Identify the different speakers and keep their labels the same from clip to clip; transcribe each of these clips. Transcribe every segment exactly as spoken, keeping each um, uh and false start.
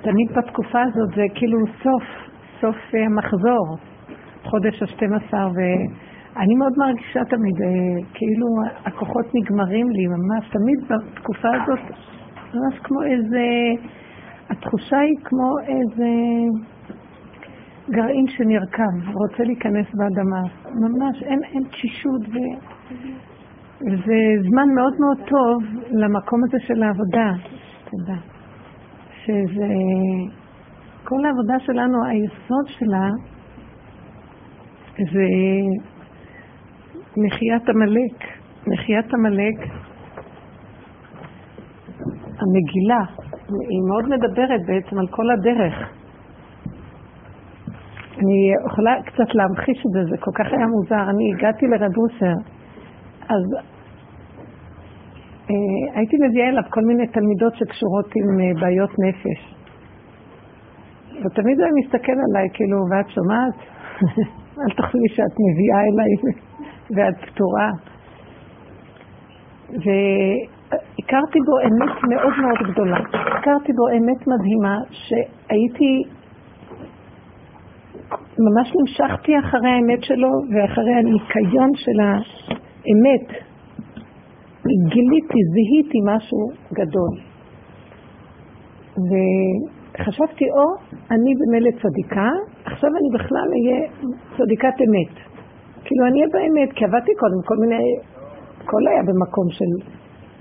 Speaker 1: תמיד בתקופה הזאת זה כאילו סוף, סוף המחזור, חודש ה-שתים עשרה, ואני מאוד מרגישה תמיד, כאילו הכוחות נגמרים לי, ממש תמיד בתקופה הזאת, ממש כמו איזה, התחושה היא כמו איזה גרעין שנרקם, רוצה להיכנס באדמה, ממש אין, אין תשישות, ו... וזה זמן מאוד מאוד טוב למקום הזה של העבודה, תודה. שזה, כל העבודה שלנו, היסוד שלה, זה מחיית המלאק. מחיית המלאק, המגילה, היא מאוד מדברת בעצם על כל הדרך. אני יכולה קצת להמחיש את זה, זה כל כך היה מוזר. אני הגעתי לרב אושר, אז אה, הייתי מביאה אליו כל מיני תלמידות שקשורות עם אה, בעיות נפש. ותמיד הוא מסתכל עליי, כאילו, ואת שומעת? אל תחשבי שאת מביאה אליי ואת פתורה. והכרתי בו אמת מאוד מאוד גדולה. הכרתי בו אמת מדהימה שהייתי, ממש נמשכתי אחרי האמת שלו ואחרי הניקיון של האמת. גיליתי, זיהיתי משהו גדול. וחשבתי, או, אני במילא צדיקה, עכשיו אני בכלל אהיה צדיקת אמת. כאילו אני אהיה באמת, כי עבדתי קודם כל מיני, הכל היה במקום של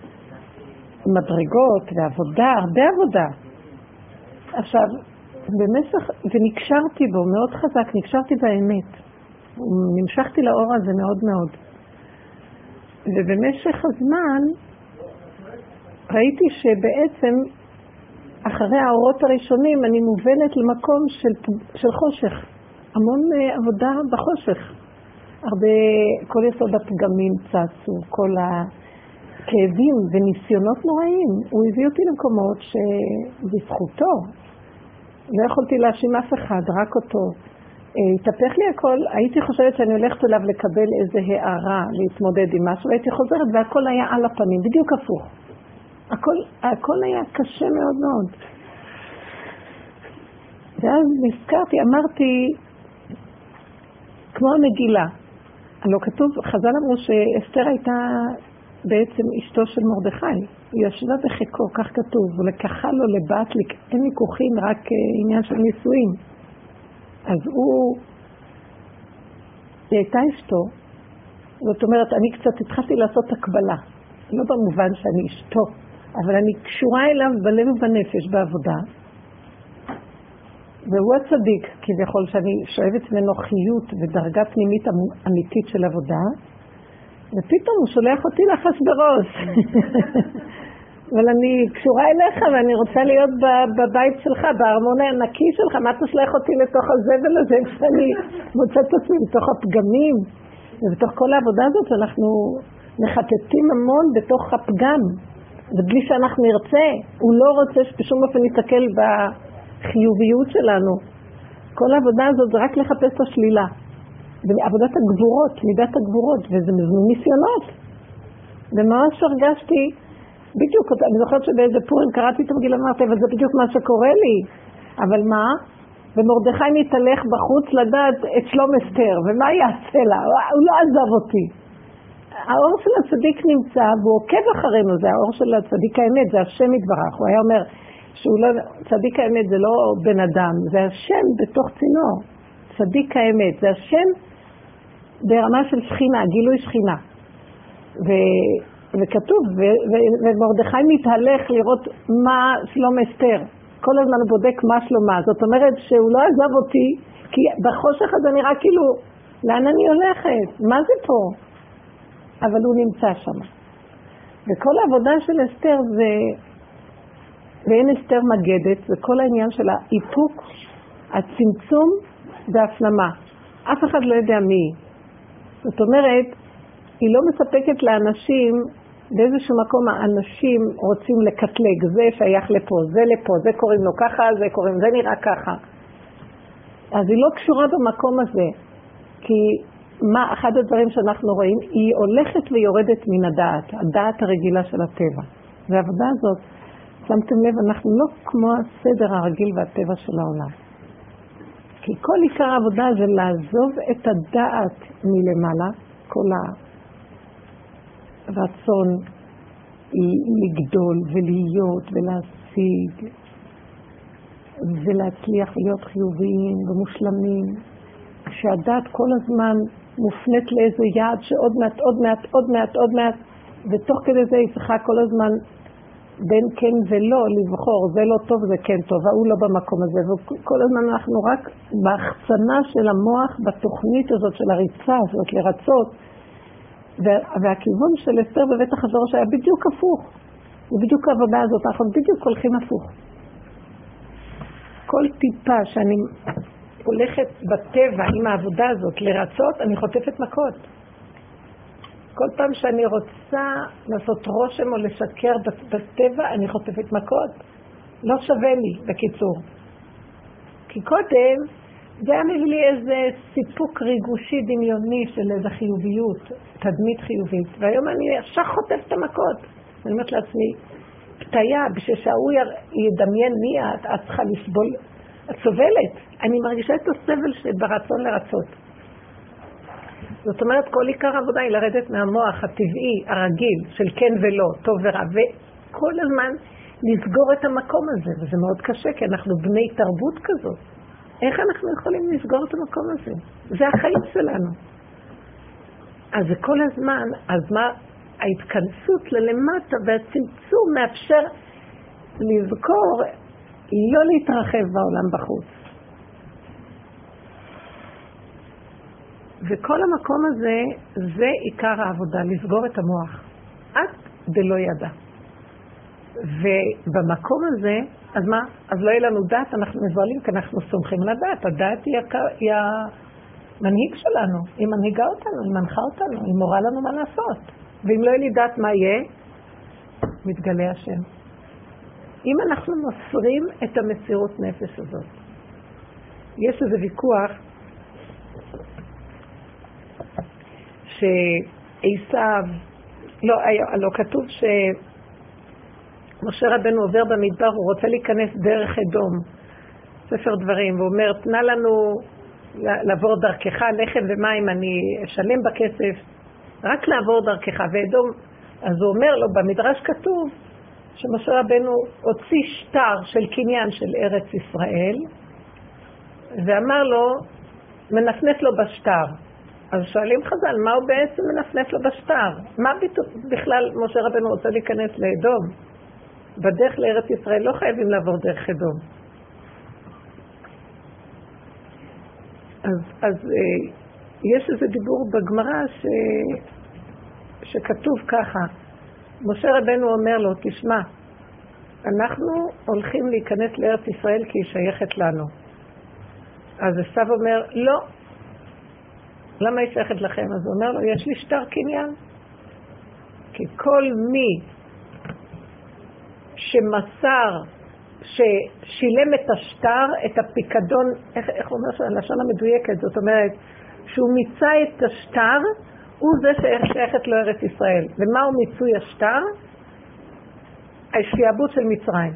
Speaker 1: מדרגות ועבודה, הרבה עבודה. עכשיו, במשך, ונקשרתי בו מאוד חזק, נקשרתי באמת. נמשכתי לאור הזה מאוד מאוד. ובמשך הזמן ראיתי שבעצם אחרי האורות הראשונים אני מובנת למקום של, של חושך. המון עבודה בחושך. הרבה, כל יסוד הפגמים צצו, כל הכאבים וניסיונות נוראים. הוא הביא אותי למקומות שבזכותו לא יכולתי להאשים אף אחד, רק אותו. התהפך לי הכל, הייתי חושבת שאני הולכת אליו לקבל איזה הערה, להתמודד עם משהו, והייתי חוזרת והכל היה על הפנים, בדיוק הפוך. הכל, הכל היה קשה מאוד מאוד. ואז נזכרתי, אמרתי, כמו המגילה, לא כתוב, חז"ל אמרו שאסתר הייתה בעצם אשתו של מרדכי, היא ישבה בחיקו, כך כתוב, ולקחה לו לבת, אין ויכוחים, רק עניין של נישואים. אז הוא, היא הייתה אשתו, זאת אומרת, אני קצת התחלתי לעשות הקבלה, לא במובן שאני אשתו, אבל אני קשורה אליו בלב ובנפש בעבודה, והוא הצדיק, כביכול שאני שואבת ממנו חיות ודרגה פנימית אמיתית של עבודה, ופתאום הוא שולח אותי לאחשוורוש. אבל אני קשורה אליך ואני רוצה להיות בבית שלך, בארמון הענקי שלך, מה תשלח אותי לתוך הזבל הזה כשאני מוצאת עצמי בתוך הפגמים, ובתוך כל העבודה הזאת אנחנו מחטטים המון בתוך הפגם, ובלי שאנחנו נרצה, הוא לא רוצה שבשום אופן נסתכל בחיוביות שלנו. כל העבודה הזאת זה רק לחפש את השלילה. ועבודת הגבורות, מידת הגבורות, וזה ניסיונות. וממש הרגשתי, בדיוק, אני זוכרת שבאיזה פורים קראתי את המגילה, אמרתי, אבל זה בדיוק מה שקורה לי. אבל מה? ומרדכי מתהלך בחוץ לדעת את שלום אסתר, ומה יעשה לה? הוא לא עזב אותי. האור של הצדיק נמצא, והוא עוקב אחרינו, זה האור של הצדיק האמת, זה השם יתברך. הוא היה אומר, שהוא לא, צדיק האמת זה לא בן אדם, זה השם בתוך צינור. צדיק האמת, זה השם ברמה של שכינה, גילוי שכינה. ו, וכתוב, ו, ו, ומרדכי מתהלך לראות מה שלום אסתר. כל הזמן הוא בודק מה שלומה. זאת אומרת שהוא לא עזב אותי, כי בחושך הזה נראה כאילו, לאן אני הולכת? מה זה פה? אבל הוא נמצא שם. וכל העבודה של אסתר זה, ואין אסתר מגדת, זה כל העניין של האיפוק, הצמצום והפנמה. אף אחד לא יודע מי. זאת אומרת, היא לא מספקת לאנשים, באיזשהו מקום האנשים רוצים לקטלג, זה שייך לפה, זה לפה, זה קוראים לו ככה, זה קוראים, זה נראה ככה. אז היא לא קשורה במקום הזה, כי מה, אחד הדברים שאנחנו רואים, היא הולכת ויורדת מן הדעת, הדעת הרגילה של הטבע. והעבודה הזאת שמתם לב, אנחנו לא כמו הסדר הרגיל והטבע של העולם. כי כל עיקר העבודה זה לעזוב את הדעת מלמעלה, כל הרצון לגדול ולהיות ולהשיג ולהצליח להיות חיוביים ומושלמים, שהדעת כל הזמן מופנית לאיזה יעד שעוד מעט, עוד מעט, עוד מעט, עוד מעט, ותוך כדי זה היא צריכה כל הזמן בין כן ולא לבחור, זה לא טוב, זה כן טוב, הוא לא במקום הזה, וכל הזמן אנחנו רק בהחצנה של המוח בתוכנית הזאת של הריצה הזאת לרצות, והכיוון של אסתר בבית החזור שהיה בדיוק הפוך, ובדיוק העבודה הזאת, אנחנו בדיוק הולכים הפוך. כל טיפה שאני הולכת בטבע עם העבודה הזאת לרצות, אני חוטפת מכות. כל פעם שאני רוצה לעשות רושם או לשקר בטבע, אני חוטפת מכות. לא שווה לי, בקיצור. כי קודם, זה היה מביא לי איזה סיפוק ריגושי דמיוני של איזו חיוביות, תדמית חיובית. והיום אני ישר חוטפת את המכות. אני אומרת לעצמי, פתיה, בשביל שההוא ידמיין מי את, את צריכה לסבול. את סובלת. אני מרגישה את הסבל שברצון לרצות. זאת אומרת, כל עיקר עבודה היא לרדת מהמוח הטבעי, הרגיל, של כן ולא, טוב ורע, וכל הזמן לסגור את המקום הזה, וזה מאוד קשה, כי אנחנו בני תרבות כזאת. איך אנחנו יכולים לסגור את המקום הזה? זה החיים שלנו. אז זה כל הזמן, אז מה ההתכנסות ללמטה והצמצום מאפשר לזכור, לא להתרחב בעולם בחוץ. וכל המקום הזה, זה עיקר העבודה, לסגור את המוח. את דלא ידע. ובמקום הזה, אז מה? אז לא יהיה לנו דעת, אנחנו מבועלים, כי אנחנו סומכים לדעת. הדעת היא, היא המנהיג שלנו, היא מנהיגה אותנו, היא מנחה אותנו, היא מורה לנו מה לעשות. ואם לא יהיה לי דעת מה יהיה, מתגלה השם. אם אנחנו מוסרים את המסירות נפש הזאת, יש איזה ויכוח, שעשיו, לא, לא, כתוב שמשה רבנו עובר במדבר, הוא רוצה להיכנס דרך אדום, ספר דברים, והוא אומר, תנה לנו לעבור דרכך, לחם ומים, אני אשלם בכסף, רק לעבור דרכך, ואדום, אז הוא אומר לו, במדרש כתוב, שמשה רבנו הוציא שטר של קניין של ארץ ישראל, ואמר לו, מנפנף לו בשטר. אז שואלים חז"ל, מה הוא בעצם מנפנף לו בשטר? מה בכלל משה רבנו רוצה להיכנס לאדום? בדרך לארץ ישראל לא חייבים לעבור דרך אדום. אז, אז אה, יש איזה דיבור בגמרא ש... שכתוב ככה, משה רבנו אומר לו, תשמע, אנחנו הולכים להיכנס לארץ ישראל כי היא שייכת לנו. אז עשיו אומר, לא. למה היא שייכת לכם? אז הוא אומר לו, יש לי שטר קניין. כי כל מי שמסר, ששילם את השטר, את הפיקדון, איך, איך הוא אומר שהלשון המדויקת, זאת אומרת, שהוא מיצה את השטר, הוא זה ששייכת לו ארץ ישראל. ומהו מיצוי השטר? השעבוד של מצרים.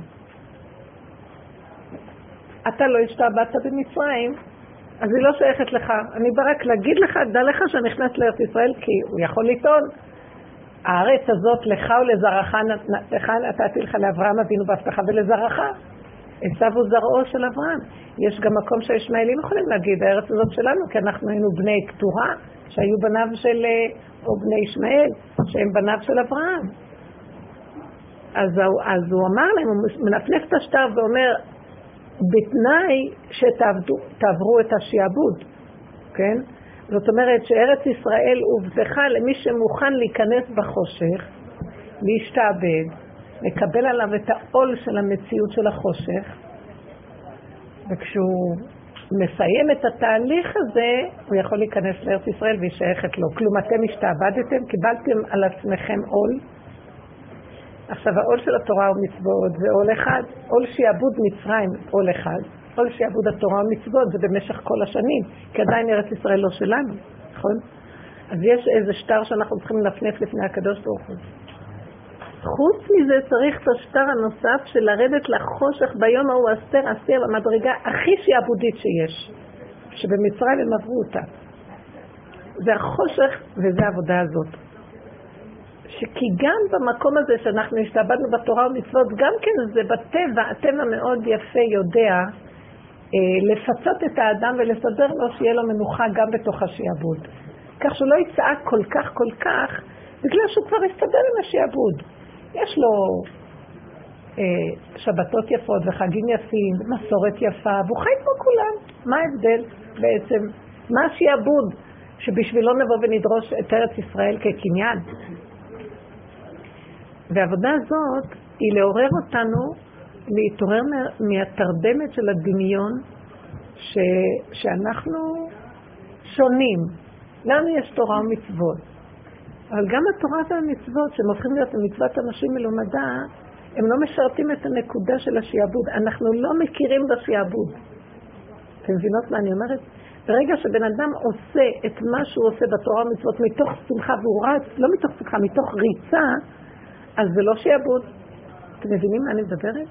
Speaker 1: אתה לא השתעבדת במצרים, אז היא לא שייכת לך. אני בא רק להגיד לך, דע לך שנכנס לארץ ישראל, כי הוא יכול לטעון. הארץ הזאת לך ולזרעך, לך נתתי לך לאברהם אבינו בהבטחה ולזרעך. עשיו הוא זרעו של אברהם. יש גם מקום שהישמעאלים יכולים להגיד, הארץ הזאת שלנו, כי אנחנו היינו בני קטורה, שהיו בניו של, או בני ישמעאל, שהם בניו של אברהם. אז, אז הוא אמר להם, הוא מנפנף את השטר ואומר, בתנאי שתעברו את השעבוד, כן? זאת אומרת שארץ ישראל הובטחה למי שמוכן להיכנס בחושך, להשתעבד, לקבל עליו את העול של המציאות של החושך, וכשהוא מסיים את התהליך הזה, הוא יכול להיכנס לארץ ישראל והיא שייכת לו. כלום אתם השתעבדתם, קיבלתם על עצמכם עול. עכשיו העול של התורה ומצוות זה עול אחד, עול שיעבוד מצרים עול אחד, עול שיעבוד התורה ומצוות זה במשך כל השנים, כי עדיין ארץ ישראל לא שלנו, נכון? אז יש איזה שטר שאנחנו צריכים לנפנף לפני הקדוש ברוך הוא. חוץ מזה צריך את השטר הנוסף של לרדת לחושך ביום ההוא אסתר אסתר במדרגה הכי שיעבודית שיש, שבמצרים הם עברו אותה. זה החושך וזה העבודה הזאת. שכי גם במקום הזה שאנחנו השתעבדנו בתורה ומצוות, גם כן זה בטבע, הטבע מאוד יפה יודע אה, לפצות את האדם ולסדר לו שיהיה לו מנוחה גם בתוך השיעבוד. כך שהוא לא יצעק כל כך כל כך, בגלל שהוא כבר הסתדר עם השיעבוד. יש לו אה, שבתות יפות וחגים יפים, מסורת יפה, והוא חי כמו כולם. מה ההבדל בעצם? מה השיעבוד שבשבילו נבוא ונדרוש את ארץ ישראל כקניין? והעבודה הזאת היא לעורר אותנו, להתעורר מהתרדמת של הדמיון ש... שאנחנו שונים. לנו יש תורה ומצוות. אבל גם התורה והמצוות, שהם הופכים להיות מצוות אנשים מלומדה, הם לא משרתים את הנקודה של השיעבוד. אנחנו לא מכירים בשיעבוד. אתם מבינות מה אני אומרת? ברגע שבן אדם עושה את מה שהוא עושה בתורה ומצוות מתוך שמחה, והוא רץ, לא מתוך שמחה, מתוך ריצה, אז זה לא שיעבוד. אתם מבינים מה אני מדברת?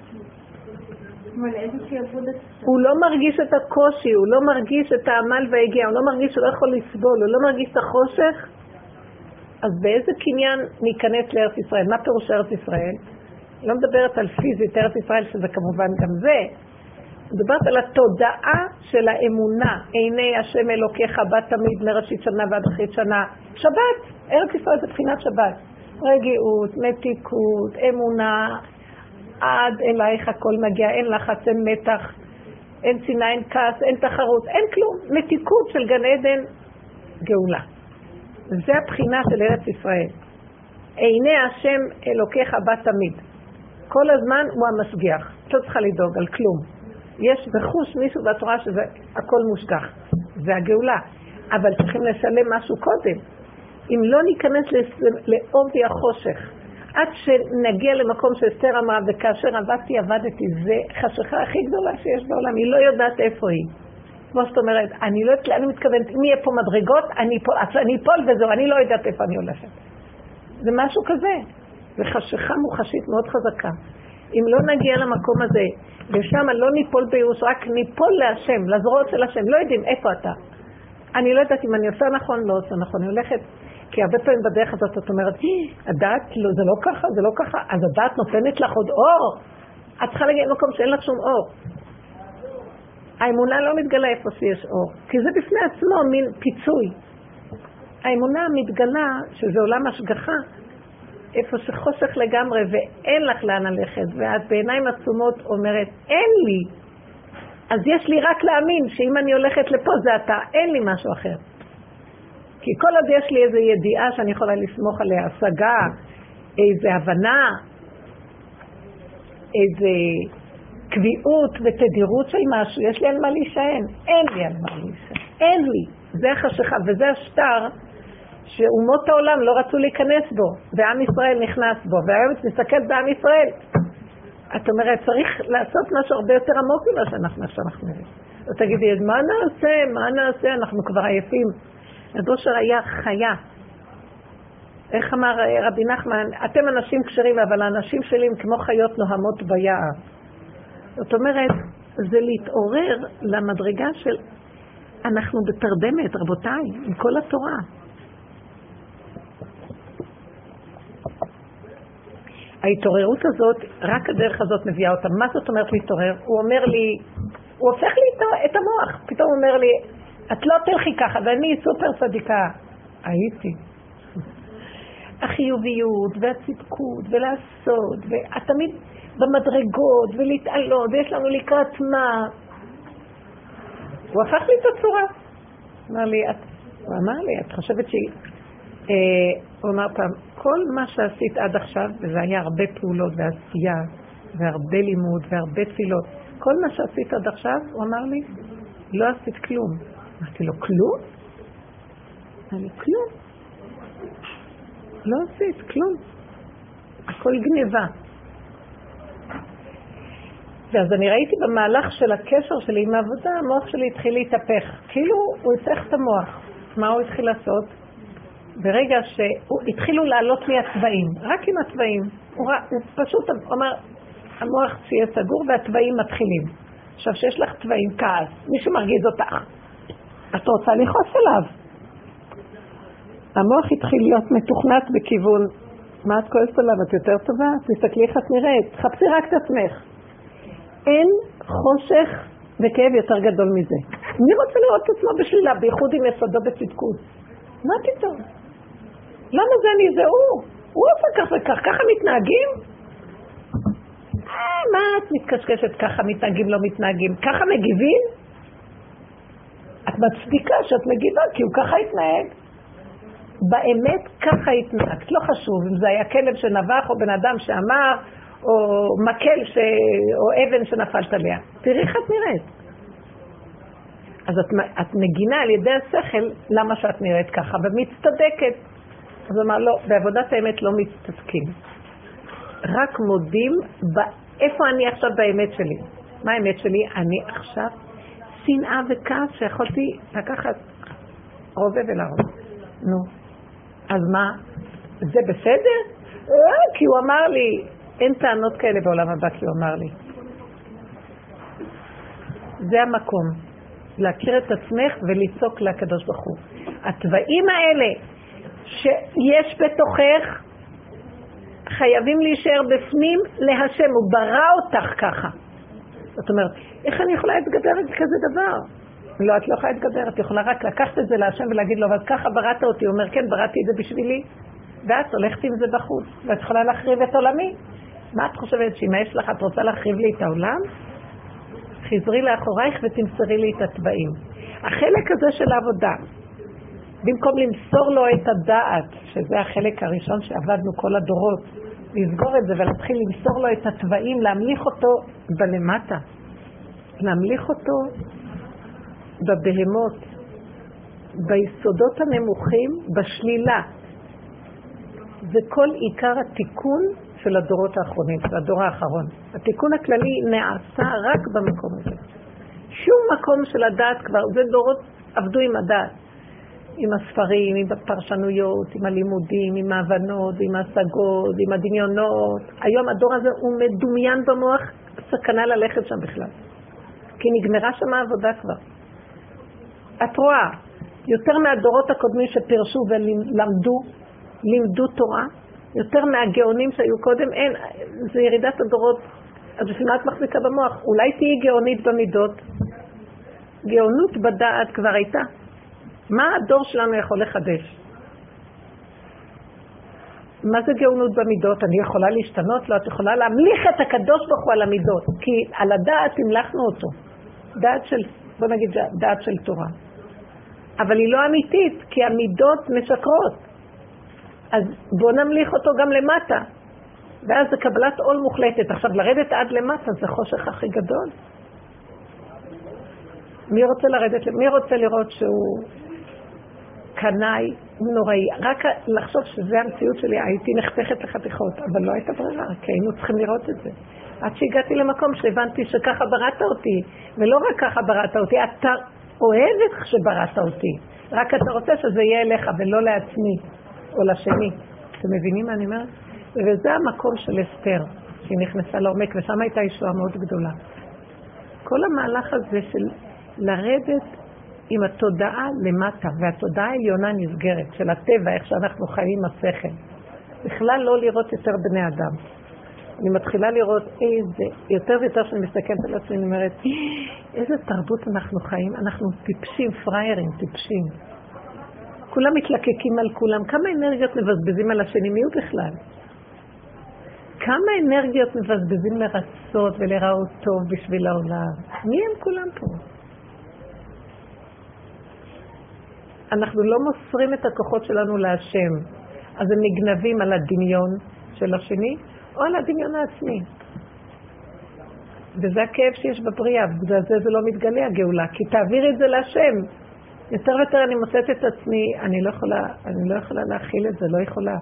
Speaker 2: אבל איזה שיעבוד?
Speaker 1: הוא לא מרגיש את הקושי, הוא לא מרגיש את העמל והגיע, הוא לא מרגיש שהוא לא יכול לסבול, הוא לא מרגיש את החושך. אז באיזה קניין ניכנס לארץ ישראל? מה פירוש ארץ ישראל? לא מדברת על פיזית ארץ ישראל, שזה כמובן גם זה. מדברת על התודעה של האמונה. עיני השם אלוקיך בת תמיד מראשית שנה ועד אחרית שנה. שבת, ארץ ישראל זה בחינת שבת. רגיעות, מתיקות, אמונה, עד אלייך הכל מגיע, אין לחץ, אין מתח, אין שנאה, אין כעס, אין תחרות, אין כלום. מתיקות של גן עדן, גאולה. זה הבחינה של ארץ ישראל. עיני השם אלוקיך בת תמיד. כל הזמן הוא המשגיח. לא צריכה לדאוג על כלום. יש בחוש מישהו בתורה שזה הכל מושגח. זה הגאולה. אבל צריכים לשלם משהו קודם. אם לא ניכנס לעובי החושך, עד שנגיע למקום שאסתר אמרה, וכאשר עבדתי, עבדתי, זה חשיכה הכי גדולה שיש בעולם. היא לא יודעת איפה היא. כמו שאת אומרת, אני לא יודעת, אני מתכוונת, אם יהיה פה מדרגות, אני אפול, אני אפול וזהו, אני לא יודעת איפה אני הולכת. זה משהו כזה. זה חשיכה מוחשית מאוד חזקה. אם לא נגיע למקום הזה, ושם לא ניפול ביוש, רק ניפול להשם, לזרועות של השם, לא יודעים איפה אתה. אני לא יודעת אם אני עושה נכון, לא עושה נכון, אני הולכת, כי הרבה פעמים בדרך הזאת את אומרת, הדעת, לא, זה לא ככה, זה לא ככה, אז הדעת נותנת לך עוד אור. את צריכה להגיע למקום שאין לך שום אור. האמונה לא מתגלה איפה שיש אור, כי זה בפני עצמו מין פיצוי. האמונה מתגלה, שזה עולם השגחה, איפה שחושך לגמרי ואין לך לאן ללכת, ואת בעיניים עצומות אומרת, אין לי. אז יש לי רק להאמין שאם אני הולכת לפה זה אתה, אין לי משהו אחר. כי כל עוד יש לי איזו ידיעה שאני יכולה לסמוך עליה, השגה, איזו הבנה, איזו קביעות ותדירות של משהו, יש לי על מה להישען, אין לי על מה להישען, אין לי. זה החשיכה וזה השטר שאומות העולם לא רצו להיכנס בו, ועם ישראל נכנס בו, והיום את מסתכלת בעם ישראל. את אומרת, צריך לעשות משהו הרבה יותר עמוק ממה שאנחנו עכשיו אנחנו נראים. ותגידי, מה נעשה? מה נעשה? אנחנו כבר עייפים. הדושר היה חיה. איך אמר רבי נחמן? אתם אנשים כשרים, אבל האנשים שלי הם כמו חיות נוהמות ביער. זאת אומרת, זה להתעורר למדרגה של אנחנו בתרדמת, רבותיי, עם כל התורה. ההתעוררות הזאת, רק הדרך הזאת מביאה אותה. מה זאת אומרת להתעורר? הוא אומר לי, הוא הופך לי את המוח. פתאום הוא אומר לי, את לא תלכי ככה, ואני סופר צדיקה. הייתי. החיוביות והצדקות ולעשות, ואת תמיד במדרגות ולהתעלות, ויש לנו לקראת מה. הוא הפך לי את הצורה. אמר לי, את, הוא אמר לי, את חושבת שהיא... אה, הוא אמר פעם, כל מה שעשית עד עכשיו, וזה היה הרבה פעולות ועשייה, והרבה לימוד והרבה תפילות, כל מה שעשית עד עכשיו, הוא אמר לי, לא עשית כלום. אמרתי לו, כלום? אמר לי, כלום. לא עשית כלום. הכל גניבה. ואז אני ראיתי במהלך של הקשר שלי עם העבודה, המוח שלי התחיל להתהפך. כאילו הוא יצטרך את המוח. מה הוא התחיל לעשות? ברגע שהתחילו לעלות לי הצבעים, רק עם הצבעים, הוא, הוא פשוט אומר, המוח יהיה סגור והצבעים מתחילים. עכשיו שיש לך צבעים, כעס, מישהו מרגיז אותך, את רוצה לכעוס אליו. המוח התחיל להיות מתוכנת בכיוון, מה את כועסת עליו? את יותר טובה? תסתכלי איך את נראית, חפשי רק את עצמך. אין חושך וכאב יותר גדול מזה. מי רוצה לראות את עצמו בשלילה, בייחוד עם יסודו בצדקות? מה פתאום? למה זה אני? זה הוא. הוא עושה כך וכך, ככה מתנהגים? אה, מה את מתקשקשת ככה מתנהגים, לא מתנהגים? ככה מגיבים? את מצדיקה שאת מגיבה, כי הוא ככה התנהג. באמת ככה התנהגת, לא חשוב אם זה היה כלב שנבח או בן אדם שאמר או מקל ש... או אבן שנפלת עליה. תראי איך את נראית. אז את, את מגינה על ידי השכל למה שאת נראית ככה ומצטדקת. אז הוא אמר לא, בעבודת האמת לא מצטדקים. רק מודים באיפה אני עכשיו באמת שלי. מה האמת שלי? אני עכשיו שנאה וכעס שיכולתי לקחת רובה ולהרוג. נו. אז מה? זה בסדר? אה, כי הוא אמר לי, אין טענות כאלה בעולם הבא, כי הוא אמר לי. זה המקום. להכיר את עצמך וליצוק לקדוש ברוך הוא. הטבעים האלה שיש בתוכך חייבים להישאר בפנים להשם. הוא ברא אותך ככה. זאת אומרת, איך אני יכולה להתגבר את כזה דבר? לא, את לא יכולה להתגבר, את יכולה רק לקחת את זה להשם ולהגיד לו, אבל ככה בראת אותי. הוא אומר, כן, בראתי את זה בשבילי. ואת הולכת עם זה בחוץ, ואת יכולה להחריב את עולמי. מה את חושבת שאם יש לך, את רוצה להחריב לי את העולם? חזרי לאחורייך ותמסרי לי את הטבעים. החלק הזה של העבודה, במקום למסור לו את הדעת, שזה החלק הראשון שעבדנו כל הדורות, לסגור את זה ולהתחיל למסור לו את הטבעים, להמליך אותו בלמטה. להמליך אותו בבהמות, ביסודות הנמוכים, בשלילה. זה כל עיקר התיקון של הדורות האחרונים, של הדור האחרון. התיקון הכללי נעשה רק במקום הזה. שום מקום של הדעת כבר, זה דורות עבדו עם הדעת. עם הספרים, עם הפרשנויות, עם הלימודים, עם ההבנות, עם ההשגות, עם הדמיונות. היום הדור הזה הוא מדומיין במוח, סכנה ללכת שם בכלל. כי נגמרה שם העבודה כבר. את רואה, יותר מהדורות הקודמים שפרשו ולמדו, לימדו תורה, יותר מהגאונים שהיו קודם, אין, זה ירידת הדורות. אז בשביל מה את מחזיקה במוח? אולי תהיי גאונית במידות. גאונות בדעת כבר הייתה. מה הדור שלנו יכול לחדש? מה זה גאונות במידות? אני יכולה להשתנות? לא, את יכולה להמליך את הקדוש ברוך הוא על המידות, כי על הדעת המלכנו אותו. דעת של, בוא נגיד, דעת של תורה. אבל היא לא אמיתית, כי המידות משקרות. אז בוא נמליך אותו גם למטה. ואז זה קבלת עול מוחלטת. עכשיו, לרדת עד למטה זה חושך הכי גדול. מי רוצה לרדת? מי רוצה לראות שהוא קנאי נוראי? רק לחשוב שזה המציאות שלי, הייתי נחתכת לחתיכות, אבל לא הייתה ברירה, כי היינו צריכים לראות את זה. עד שהגעתי למקום שהבנתי שככה בראת אותי, ולא רק ככה בראת אותי, אתה אוהב איך שבראת אותי, רק אתה רוצה שזה יהיה אליך ולא לעצמי או לשני. אתם מבינים מה אני אומרת? וזה המקום של אסתר, שהיא נכנסה לעומק, ושם הייתה ישועה מאוד גדולה. כל המהלך הזה של לרדת עם התודעה למטה, והתודעה העליונה נסגרת, של הטבע, איך שאנחנו חיים השכל. בכלל לא לראות יותר בני אדם. אני מתחילה לראות איזה, יותר ויותר שאני מסתכלת על עצמי, אני אומרת, איזה תרבות אנחנו חיים, אנחנו טיפשים, פריירים, טיפשים. כולם מתלקקים על כולם, כמה אנרגיות מבזבזים על השני, מי הוא בכלל? כמה אנרגיות מבזבזים לרצות ולראות טוב בשביל העולם? מי הם כולם פה? אנחנו לא מוסרים את הכוחות שלנו להשם, אז הם נגנבים על הדמיון של השני, או על הדמיון העצמי. וזה הכאב שיש בבריאה, בגלל זה זה לא מתגלה הגאולה, כי תעביר את זה להשם. יותר ויותר אני מוצאת את עצמי, אני לא יכולה, אני לא יכולה להכיל את זה, לא יכולה.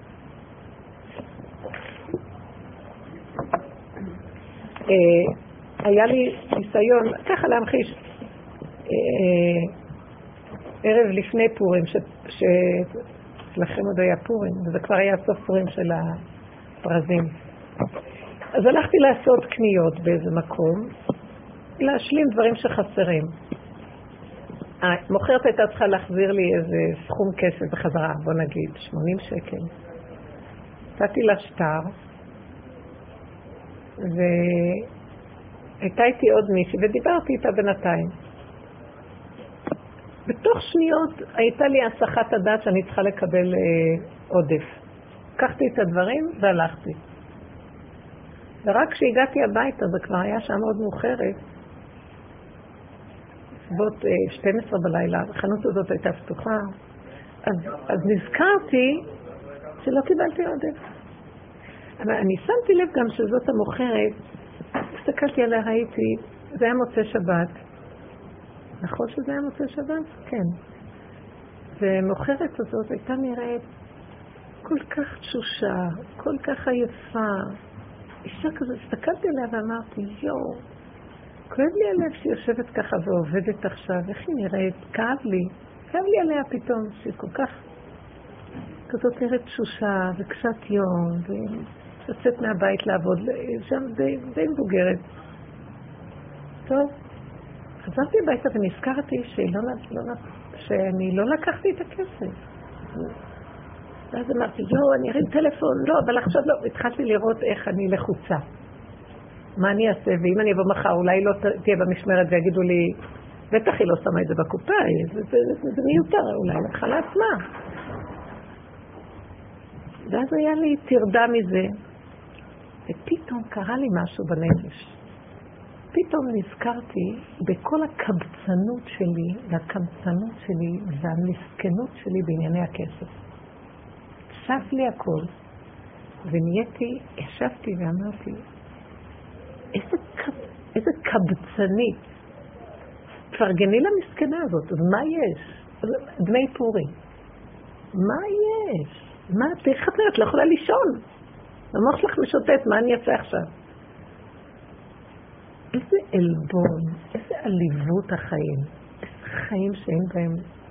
Speaker 1: היה לי ניסיון, ככה להמחיש, ערב לפני פורים, אצלכם עוד היה פורים, וזה כבר היה סוף פורים של הפרזים. אז הלכתי לעשות קניות באיזה מקום, להשלים דברים שחסרים. המוכרת הייתה צריכה להחזיר לי איזה סכום כסף בחזרה, בוא נגיד, שמונים שקל. נתתי לה שטר, והייתה איתי עוד מישהי, ודיברתי איתה בינתיים. בתוך שניות הייתה לי הסחת הדעת שאני צריכה לקבל אה, עודף. לקחתי את הדברים והלכתי. ורק כשהגעתי הביתה, זה כבר היה שם עוד מאוחרת, בסביבות אה, שתים עשרה בלילה, החנות הזאת הייתה פתוחה, אז, אז נזכרתי שלא קיבלתי עודף. אבל אני שמתי לב גם שזאת המוכרת, הסתכלתי עליה, ראיתי, זה היה מוצא שבת, נכון שזה היה מוצא שבת? כן. ומוכרת הזאת הייתה נראית כל כך תשושה, כל כך עייפה. אישה כזו, הסתכלתי עליה ואמרתי, יואו, כואב לי הלב שהיא יושבת ככה ועובדת עכשיו, איך היא נראית? כאב לי. כאב לי עליה פתאום, שהיא כל כך כזאת נראית תשושה וקשת יום, ויוצאת מהבית לעבוד, שם די, די מבוגרת. טוב. חזרתי הביתה ונזכרתי שלא, לא, שאני לא לקחתי את הכסף. ואז אמרתי, יו, אני ארים טלפון, לא, אבל עכשיו לא. התחלתי לראות איך אני לחוצה. מה אני אעשה? ואם אני אבוא מחר, אולי לא תהיה במשמרת ויגידו לי, בטח היא לא שמה את זה בקופה, זה, זה, זה, זה מיותר, אולי לקחה לעצמה. ואז היה לי תרדה מזה, ופתאום קרה לי משהו בנפש. פתאום נזכרתי בכל הקבצנות שלי, והקמצנות שלי, והמסכנות שלי בענייני הכסף. צף לי הכל, ונהייתי, ישבתי ואמרתי, איזה, קב, איזה קבצנית, תפרגני למסכנה הזאת, אז מה יש? דמי פורים. מה יש? מה, תראה, את לא יכולה לישון. המוח שלך משוטט, מה אני אעשה עכשיו? איזה אלבון, איזה עליבות החיים, איזה חיים שאין בהם.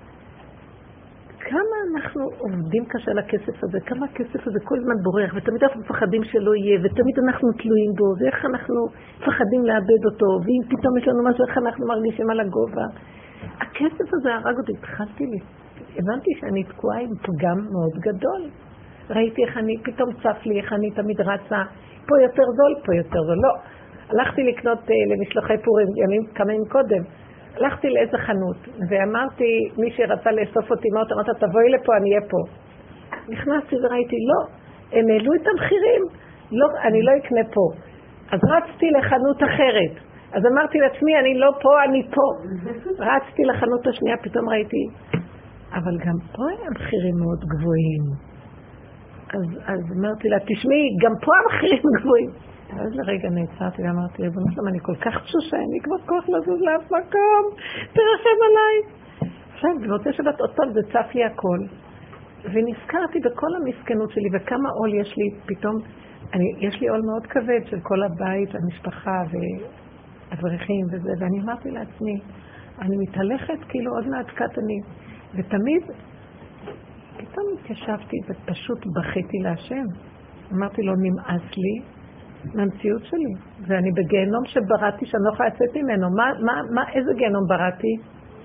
Speaker 1: כמה אנחנו עובדים קשה לכסף הזה, כמה הכסף הזה כל הזמן בורח, ותמיד אנחנו מפחדים שלא יהיה, ותמיד אנחנו תלויים בו, ואיך אנחנו מפחדים לאבד אותו, ואם פתאום יש לנו משהו, איך אנחנו מרגישים על הגובה. הכסף הזה הרג אותי, התחלתי לי, הבנתי שאני תקועה עם פגם מאוד גדול. ראיתי איך אני, פתאום צף לי, איך אני תמיד רצה, פה יותר זול, פה יותר זול, לא. הלכתי לקנות uh, למשלוחי פורים ימים, כמה ימים קודם. הלכתי לאיזה חנות, ואמרתי, מי שרצה לאסוף אותי, מה אמרת, תבואי לפה, אני אהיה פה. נכנסתי וראיתי, לא, הם העלו את המחירים, לא, אני לא אקנה פה. אז רצתי לחנות אחרת. אז אמרתי לעצמי, אני לא פה, אני פה. רצתי לחנות השנייה, פתאום ראיתי, אבל גם פה היה מחירים מאוד גבוהים. אז, אז אמרתי לה, תשמעי, גם פה המחירים גבוהים. אז לרגע נעצרתי ואמרתי, ריבונו שלום, אני כל כך תשושה, אין לי כבר כוח לזוז לאף מקום, תרחם עליי. עכשיו, במוצאי שבת עוד פעם זה צף לי הכל, ונזכרתי בכל המסכנות שלי, וכמה עול יש לי פתאום, אני, יש לי עול מאוד כבד של כל הבית, המשפחה והאברכים וזה, ואני אמרתי לעצמי, אני מתהלכת כאילו עוד מעט קטני, ותמיד פתאום התיישבתי ופשוט בכיתי להשם. אמרתי לו, נמאס לי מהמציאות שלי, ואני בגיהנום שבראתי שאני לא יכולה לצאת ממנו. מה, מה, מה, איזה גיהנום בראתי?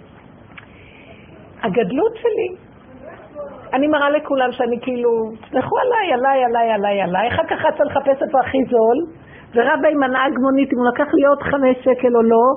Speaker 1: הגדלות שלי. אני מראה לכולם שאני כאילו, תסלחו עליי, עליי, עליי, עליי, עליי. אחר כך רצה לחפש איפה הכי זול, ורבה עם הנהג מונית, אם הוא לקח לי עוד חמש שקל או לא.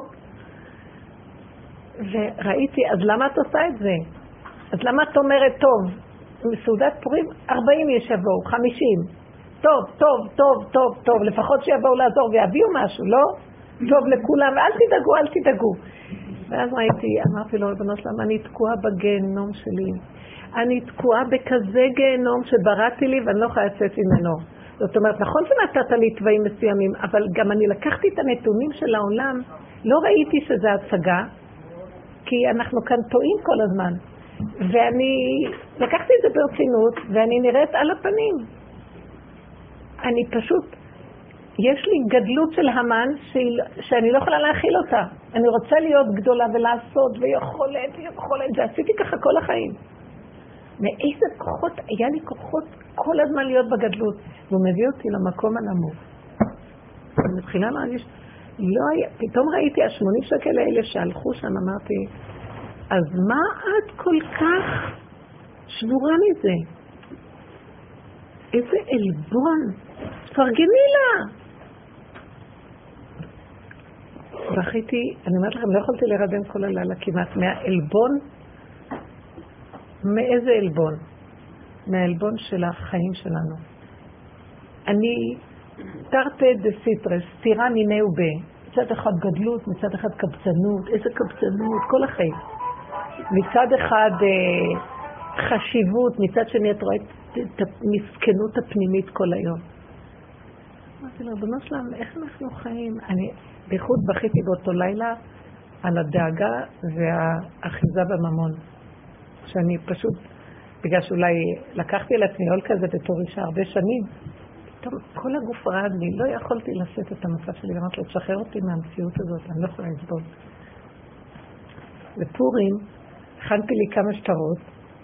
Speaker 1: וראיתי, אז למה את עושה את זה? אז למה את אומרת, טוב, מסעודת פורים, ארבעים יש יבואו, חמישים. טוב, טוב, טוב, טוב, טוב, לפחות שיבואו לעזור ויביאו משהו, לא? טוב לכולם, ואל תדאגו, אל תדאגו. ואז ראיתי, אמרתי לו, ריבונו שלום, אני תקועה בגיהנום שלי. אני תקועה בכזה גיהנום שבראתי לי ואני לא יכולה לצאת ממנו. זאת אומרת, נכון שנתת לי תוואים מסוימים, אבל גם אני לקחתי את הנתונים של העולם, לא ראיתי שזה הצגה, כי אנחנו כאן טועים כל הזמן. ואני לקחתי את זה ברצינות, ואני נראית על הפנים. אני פשוט, יש לי גדלות של המן שאני לא יכולה להכיל אותה. אני רוצה להיות גדולה ולעשות ויכולת, ויכולת, ועשיתי ככה כל החיים. מאיזה כוחות, היה לי כוחות כל הזמן להיות בגדלות, והוא מביא אותי למקום הנמוך. אני מתחילה להרגיש, לא היה, פתאום ראיתי השמונים שקל האלה שהלכו שם, אמרתי, אז מה את כל כך שבורה מזה? איזה אלבון, פרגני לה. בכיתי, אני אומרת לכם, לא יכולתי לרדם כל הלילה כמעט, מהאלבון, מאיזה אלבון? מהאלבון של החיים שלנו. אני תרתי דה סיטרס, סתירה מיני ובה. מצד אחד גדלות, מצד אחד קבצנות, איזה קבצנות, כל החיים. מצד אחד אה, חשיבות, מצד שני את רואה את המסכנות הפנימית כל היום. אמרתי לו, בנו שלם, איך אנחנו חיים? אני בייחוד בכיתי באותו לילה על הדאגה והאחיזה בממון. שאני פשוט, בגלל שאולי לקחתי על עצמי עול כזה בתור אישה הרבה שנים, פתאום כל הגוף רעד לי, לא יכולתי לשאת את המצב שלי, אמרתי לו, תשחרר אותי מהמציאות הזאת, אני לא יכולה לסבול. בפורים, הכנתי לי כמה שטרות,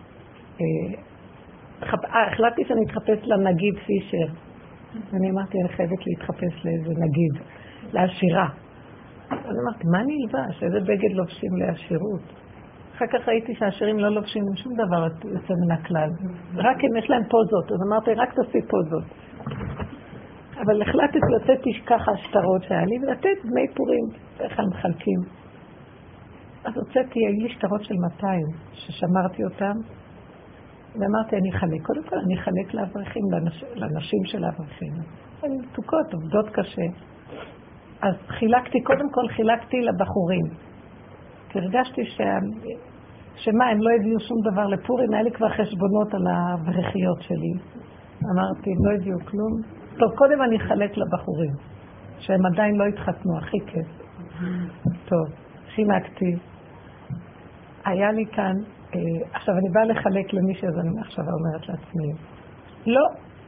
Speaker 1: אה, החלטתי שאני אתחפש לנגיד פישר, ואני אמרתי, אני חייבת להתחפש לאיזה נגיד, לעשירה. אז אמרתי, מה אני אלבש? איזה בגד לובשים לעשירות? אחר כך ראיתי שהעשירים לא לובשים שום דבר יוצא מן הכלל. רק אם יש להם פוזות. אז אמרתי, רק תעשי פוזות. אבל החלטתי לתת ככה שטרות שהיה לי, ולתת דמי פורים, איך הם מחלקים. אז הוצאתי, היו לי שטרות של מאתיים, ששמרתי אותם, ואמרתי, אני אחלק. קודם כל, אני אחלק לאברכים, לנש... לנשים של האברכים. הן מתוקות, עובדות קשה. אז חילקתי, קודם כל חילקתי לבחורים. כי הרגשתי שה... שמה, הם לא הביאו שום דבר לפורים, היה לי כבר חשבונות על האברכיות שלי. אמרתי, לא הביאו כלום. טוב, קודם אני אחלק לבחורים, שהם עדיין לא התחתנו, הכי כיף. טוב, חילקתי. היה לי כאן, אה, עכשיו אני באה לחלק למישהו, אז אני עכשיו אומרת לעצמי, לא.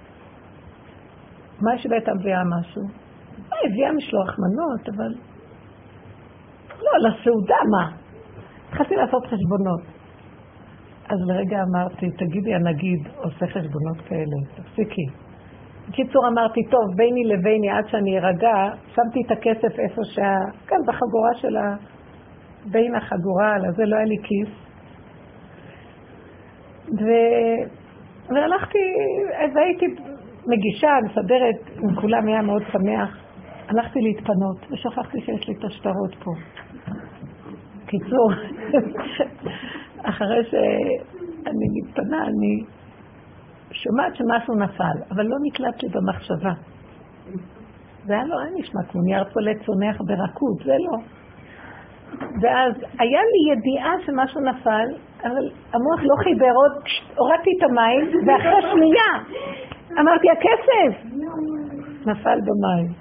Speaker 1: מה יש בית הביאה משהו? מה, הביאה משלוח מנות, אבל... לא, לסעודה, מה? התחלתי לעשות חשבונות. אז לרגע אמרתי, תגידי, הנגיד עושה חשבונות כאלה, תפסיקי. בקיצור אמרתי, טוב, ביני לביני, עד שאני ארגע, שמתי את הכסף איפה שה... כאן בחגורה שלה, בין החגורה, לזה לא היה לי כיס. ו... והלכתי, והייתי מגישה, מסדרת, עם כולם היה מאוד שמח. הלכתי להתפנות, ושכחתי שיש לי את השטרות פה. קיצור, אחרי שאני מתפנה, אני שומעת שמשהו נפל, אבל לא נקלט לי במחשבה. זה היה לא היה נשמע כמו נייר פולט צונח ברכות, זה לא. ואז היה לי ידיעה שמשהו נפל, אבל המוח לא חיבר עוד, הורדתי את המים, ואחרי שנייה אמרתי, הכסף נפל במים.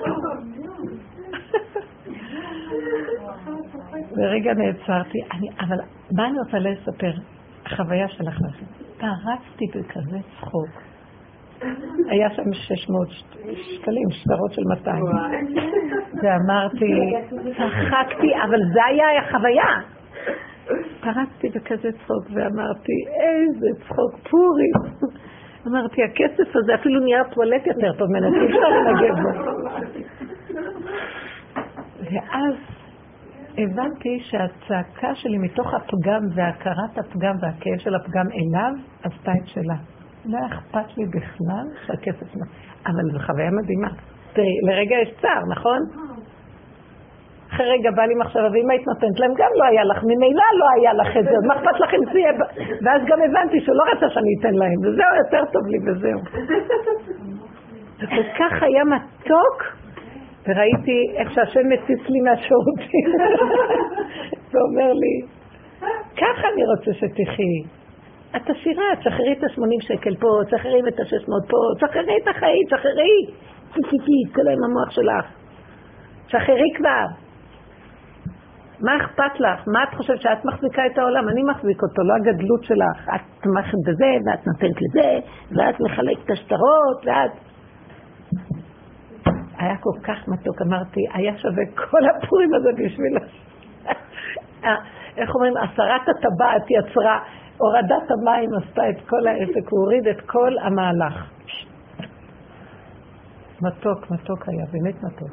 Speaker 1: ורגע נעצרתי, אני, אבל מה אני רוצה לספר? החוויה שלך לכם. פרצתי בכזה צחוק. היה שם שש מאות שקלים, שטרות של מאתיים. ואמרתי, צחקתי, אבל זה היה החוויה. פרצתי בכזה צחוק ואמרתי, איזה צחוק פורים. אמרתי, הכסף הזה אפילו נהיה טואלט יותר טוב ממנו, אי אפשר לנגב בו. ואז הבנתי שהצעקה שלי מתוך הפגם והכרת הפגם והכאב של הפגם אליו עשתה את שלה. לא אכפת לי בכלל שהכסף נפל. אבל זו חוויה מדהימה. תראי, לרגע יש צער, נכון? אחרי רגע בא לי מחשבה, ואם היית נותנת להם גם לא היה לך, ממילא לא היה לך את זה, אז מה אכפת לכם שיהיה? ואז גם הבנתי שהוא לא רצה שאני אתן להם, וזהו, יותר טוב לי וזהו. זה כל כך היה מתוק, וראיתי איך שהשם מציץ לי מהשירותים. ואומר לי, ככה אני רוצה שתחי. את עשירה, תשחררי את ה-שמונים שקל פה, תשחררי את ה-שש מאות פה, תשחררי את החיים, תשחררי. תשחררי, תקלה עם המוח שלך. תשחררי כבר. מה אכפת לך? מה את חושבת שאת מחזיקה את העולם? אני מחזיק אותו, לא הגדלות שלך. את תמכת בזה, ואת נותנת לזה, ואת מחלקת את השטרות, ואת... היה כל כך מתוק, אמרתי, היה שווה כל הפורים הזה בשביל... איך אומרים, הסרת הטבעת יצרה הורדת המים עשתה את כל העסק, הוא הוריד את כל המהלך. מתוק, מתוק היה, באמת מתוק.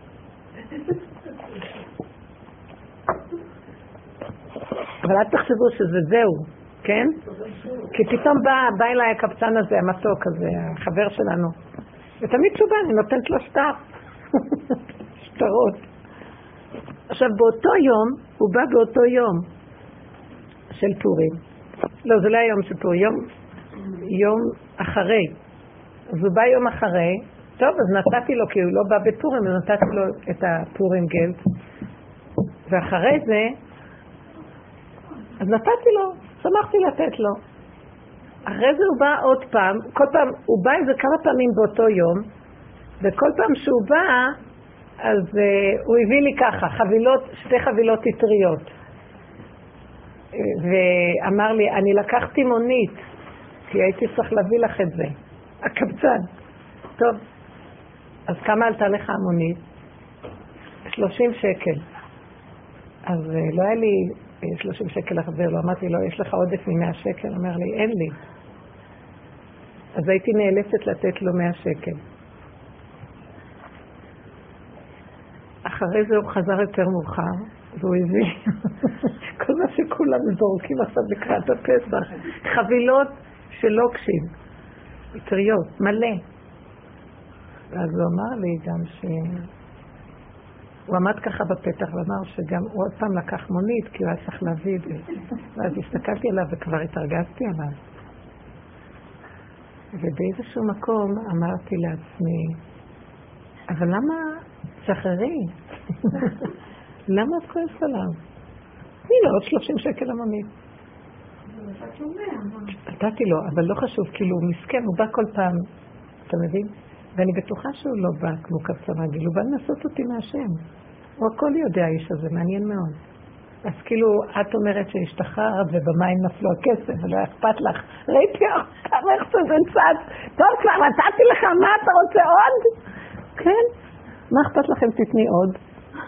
Speaker 1: אבל אל תחשבו שזה זהו, כן? כי פתאום בא, בא אליי הקבצן הזה, המתוק הזה, החבר שלנו. ותמיד שהוא בא, אני נותנת לו שטר. שטרות. עכשיו, באותו יום, הוא בא באותו יום של פורים. לא, זה לא היום של פורים, יום, יום אחרי. אז הוא בא יום אחרי, טוב, אז נתתי לו, כי הוא לא בא בפורים, אז נתתי לו את הפורים גלט. ואחרי זה, אז נתתי לו, שמחתי לתת לו. אחרי זה הוא בא עוד פעם, כל פעם, הוא בא איזה כמה פעמים באותו יום, וכל פעם שהוא בא, אז uh, הוא הביא לי ככה, חבילות, שתי חבילות יתריות. ואמר לי, אני לקחתי מונית, כי הייתי צריך להביא לך את זה. הקבצן. טוב, אז כמה עלתה לך המונית? שלושים שקל. אז uh, לא היה לי שלושים שקל לחזר לו, אמרתי לו, יש לך עודף מ-מאה שקל? אמר לי, אין לי. אז הייתי נאלצת לתת לו מאה שקל. אחרי זה הוא חזר יותר מאוחר, והוא הביא כל מה שכולם זורקים עכשיו לקראת הפסח, חבילות של לוקשים, יתריות, מלא. ואז הוא אמר לי גם ש... הוא עמד ככה בפתח ואמר שגם הוא עוד פעם לקח מונית, כי הוא היה צריך להביא את זה. ואז הסתכלתי עליו וכבר התרגזתי עליו. ובאיזשהו מקום אמרתי לעצמי, אבל למה שחררי? למה את כועסת עליו? הנה, עוד שלושים שקל המונית. נתתי לו, אבל לא חשוב, כאילו הוא מסכן, הוא בא כל פעם, אתה מבין? ואני בטוחה שהוא לא בא כמו קבצן רגיל, הוא בא לנסות אותי מהשם. הוא הכל יודע, האיש הזה, מעניין מאוד. אז כאילו, את אומרת שהשתחררת ובמים נפלו הכסף, ולא אכפת לך. ראיתי כמה איך שזה צד. טוב, כבר נתתי לך, מה אתה רוצה עוד? כן? מה אכפת לכם תתני עוד?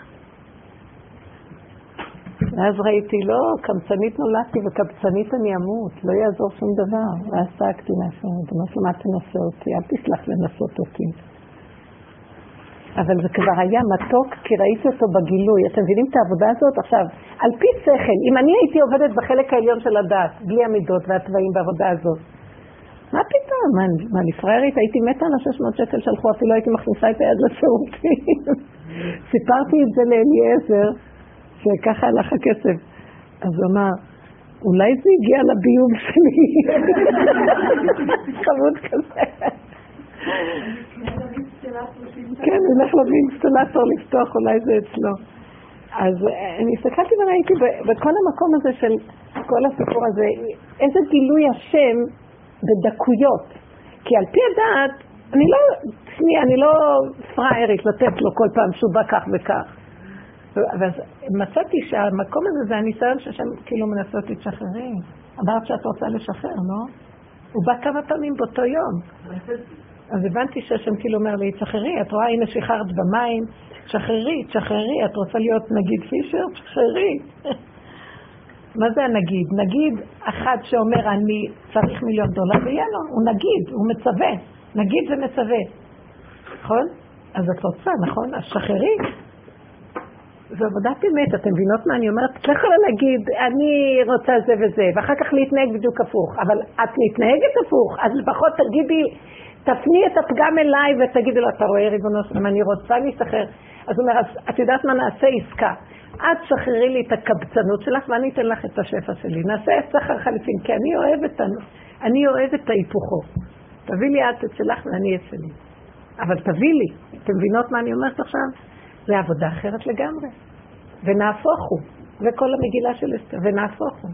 Speaker 1: ואז ראיתי, לא, קמצנית נולדתי וקבצנית אני אמות, לא יעזור שום דבר. ואז צעקתי מהשם, אמרתי לו, מה תנסה אותי? אל תסלח לנסות אותי. אבל זה כבר היה מתוק, כי ראיתי אותו בגילוי. אתם מבינים את העבודה הזאת? עכשיו, על פי שכל, אם אני הייתי עובדת בחלק העליון של הדעת, בלי המידות והצבעים בעבודה הזאת, מה פתאום? מה, מה לפריירית? הייתי מתה על ה-שש מאות שקל שלחו, אפילו הייתי מכניסה את היד לשירותים. סיפרתי את זה לאליעזר, שככה הלך הכסף. אז הוא אמר, אולי זה הגיע לביוב שלי. חמוד כזה. כן, הוא הולך להביא אינסטלטור לפתוח, אולי זה אצלו. אז אני הסתכלתי וראיתי בכל המקום הזה של כל הסיפור הזה, איזה גילוי השם בדקויות. כי על פי הדעת, אני לא, אני לא פראיירית לתת לו כל פעם שהוא בא כך וכך. ואז מצאתי שהמקום הזה זה הניסיון ששם כאילו מנסות להתשחררים. אמרת שאת רוצה לשחרר, לא? הוא בא כמה פעמים באותו יום. אז הבנתי שהשם כאילו אומר לי, תשחררי, את רואה, הנה שחררת במים, תשחררי, תשחררי, את רוצה להיות נגיד פישר, תשחררי. מה זה הנגיד? נגיד אחד שאומר, אני צריך מיליון דולר, ויהיה לו, הוא נגיד, הוא מצווה. נגיד זה מצווה. נכון? אז את רוצה, נכון? אז שחררי. זו עבודת אמת, אתם מבינות מה אני אומרת? את לא יכולה להגיד, אני רוצה זה וזה, ואחר כך להתנהג בדיוק הפוך. אבל את מתנהגת הפוך, אז לפחות תגידי, תפני את הפגם אליי ותגידי לו, אתה רואה ריבונו שלום, אני רוצה להשתחרר. אז הוא אומר, אז את יודעת מה, נעשה עסקה. את שחררי לי את הקבצנות שלך ואני אתן לך את השפע שלי. נעשה שכר חליפין, כי אני אוהבת, אני אוהבת את ההיפוכו. תביא לי את את שלך ואני את שלי. אבל תביא לי, אתם מבינות מה אני אומרת עכשיו? זה עבודה אחרת לגמרי. ונהפוך הוא. וכל המגילה של אסתר, ונהפוך הוא.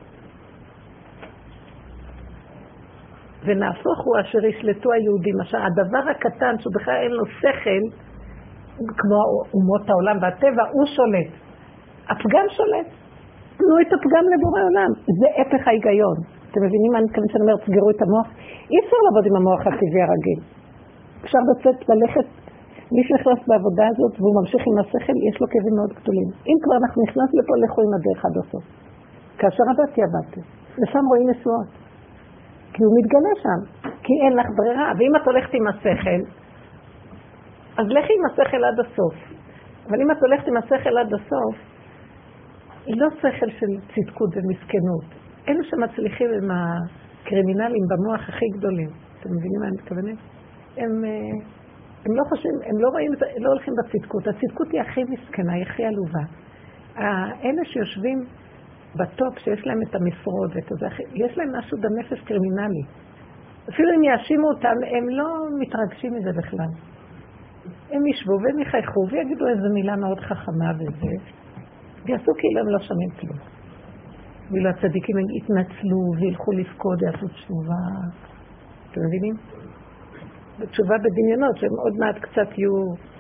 Speaker 1: ונהפוך הוא אשר ישלטו היהודים, אשר הדבר הקטן שבכלל אין לו שכל, כמו אומות העולם והטבע, הוא שולט. הפגם שולט. תנו את הפגם לבורא עולם. זה הפך ההיגיון. אתם מבינים מה אני מתכוונת שאני אומרת, סגרו את המוח? אי אפשר לעבוד עם המוח הטבעי הרגיל. אפשר לצאת ללכת, מי שנכנס בעבודה הזאת והוא ממשיך עם השכל, יש לו כאבים מאוד גדולים. אם כבר אנחנו נכנס לפה, לכו עם הדרך עד הסוף. כאשר עבדתי, עבדתי. ושם רואים ישועות. כי הוא מתגלה שם, כי אין לך ברירה. ואם את הולכת עם השכל, אז לכי עם השכל עד הסוף. אבל אם את הולכת עם השכל עד הסוף, לא שכל של צדקות ומסכנות. אלו שמצליחים עם הקרימינלים במוח הכי גדולים. אתם מבינים מה אני מתכוונת? הם, הם לא חושבים, הם לא רואים, לא הולכים בצדקות. הצדקות היא הכי מסכנה, היא הכי עלובה. האלה שיושבים בטופ, שיש להם את המשרות ואת זה, יש להם משהו בנפש קרימינלי. אפילו אם יאשימו אותם, הם לא מתרגשים מזה בכלל. הם ישבו והם יחייכו ויגידו איזו מילה מאוד חכמה וזה, ויעשו כאילו הם לא שומעים כלום. ואילו הצדיקים הם יתנצלו וילכו לפקוד, יעשו תשובה. אתם מבינים? תשובה בדמיונות, שהם עוד מעט קצת יהיו...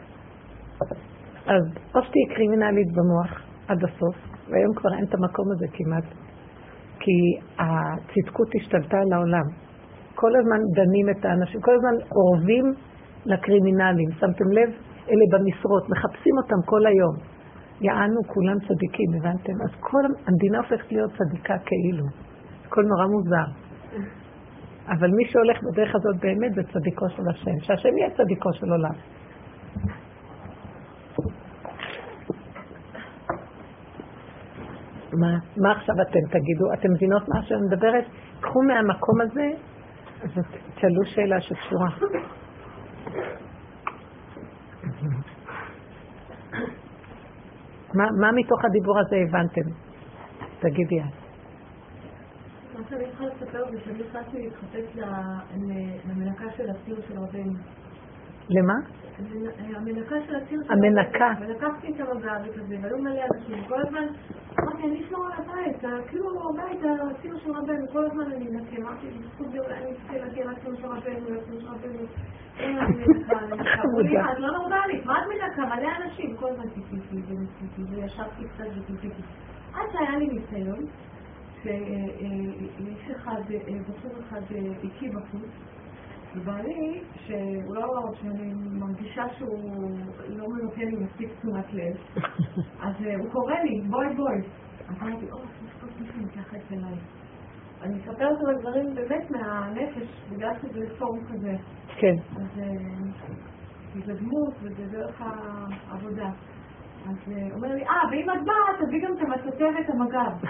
Speaker 1: אז או שתהיה קרימינלית במוח עד הסוף, והיום כבר אין את המקום הזה כמעט, כי הצדקות השתלטה על העולם. כל הזמן דנים את האנשים, כל הזמן אורבים לקרימינלים. שמתם לב? אלה במשרות, מחפשים אותם כל היום. יענו כולם צדיקים, הבנתם? אז כל המדינה הופכת להיות צדיקה כאילו. הכל נורא מוזר. אבל מי שהולך בדרך הזאת באמת זה צדיקו של השם. שהשם יהיה צדיקו של עולם. מה, מה עכשיו אתם תגידו? אתם מבינות מה שאני מדברת? קחו מהמקום הזה, אז תשאלו שאלה שקשורה. מה, מה מתוך הדיבור הזה הבנתם? תגידי את.
Speaker 2: מה שאני יכולה לספר זה שאני החלטתי להתחפש למנקה של הציר של רבנו.
Speaker 1: למה?
Speaker 2: המנקה של הציר של
Speaker 1: רבנו. המנקה.
Speaker 2: ולקחתי את המגע וכזה, והיו מלא אנשים. כל הזמן, אמרתי, אני אשמור על הבית, כאילו הבית, הציר של רבנו, כל הזמן אני נקה. אמרתי, בזכות זה אולי אני אצטרך להגיע לציר של רבנו, לציר של רבנו. אין אני מנקה, אני מנקה. אמרו את לא נורמלית, מה את מנקה? מלא אנשים. כל הזמן טיפיתי וניסיתי, וישבתי קצת וטיפיתי. עד שהיה לי ניסיון, שיש אחד, בחור אחד איתי בחוץ, ובעלי, שהוא לא רואה שאני מרגישה שהוא לא מנותן לי מספיק תשומת לב, אז הוא קורא לי, בואי בואי. אז אמרתי, או, סוף מישהו מתייחס אליי. אני אספר אותו לדברים באמת מהנפש, בגלל שזה לפורום כזה.
Speaker 1: כן.
Speaker 2: אז זה דמות וזה דרך העבודה. אז הוא אומר לי, אה, ואם את באה, תביא גם את המצטב ואת המגב.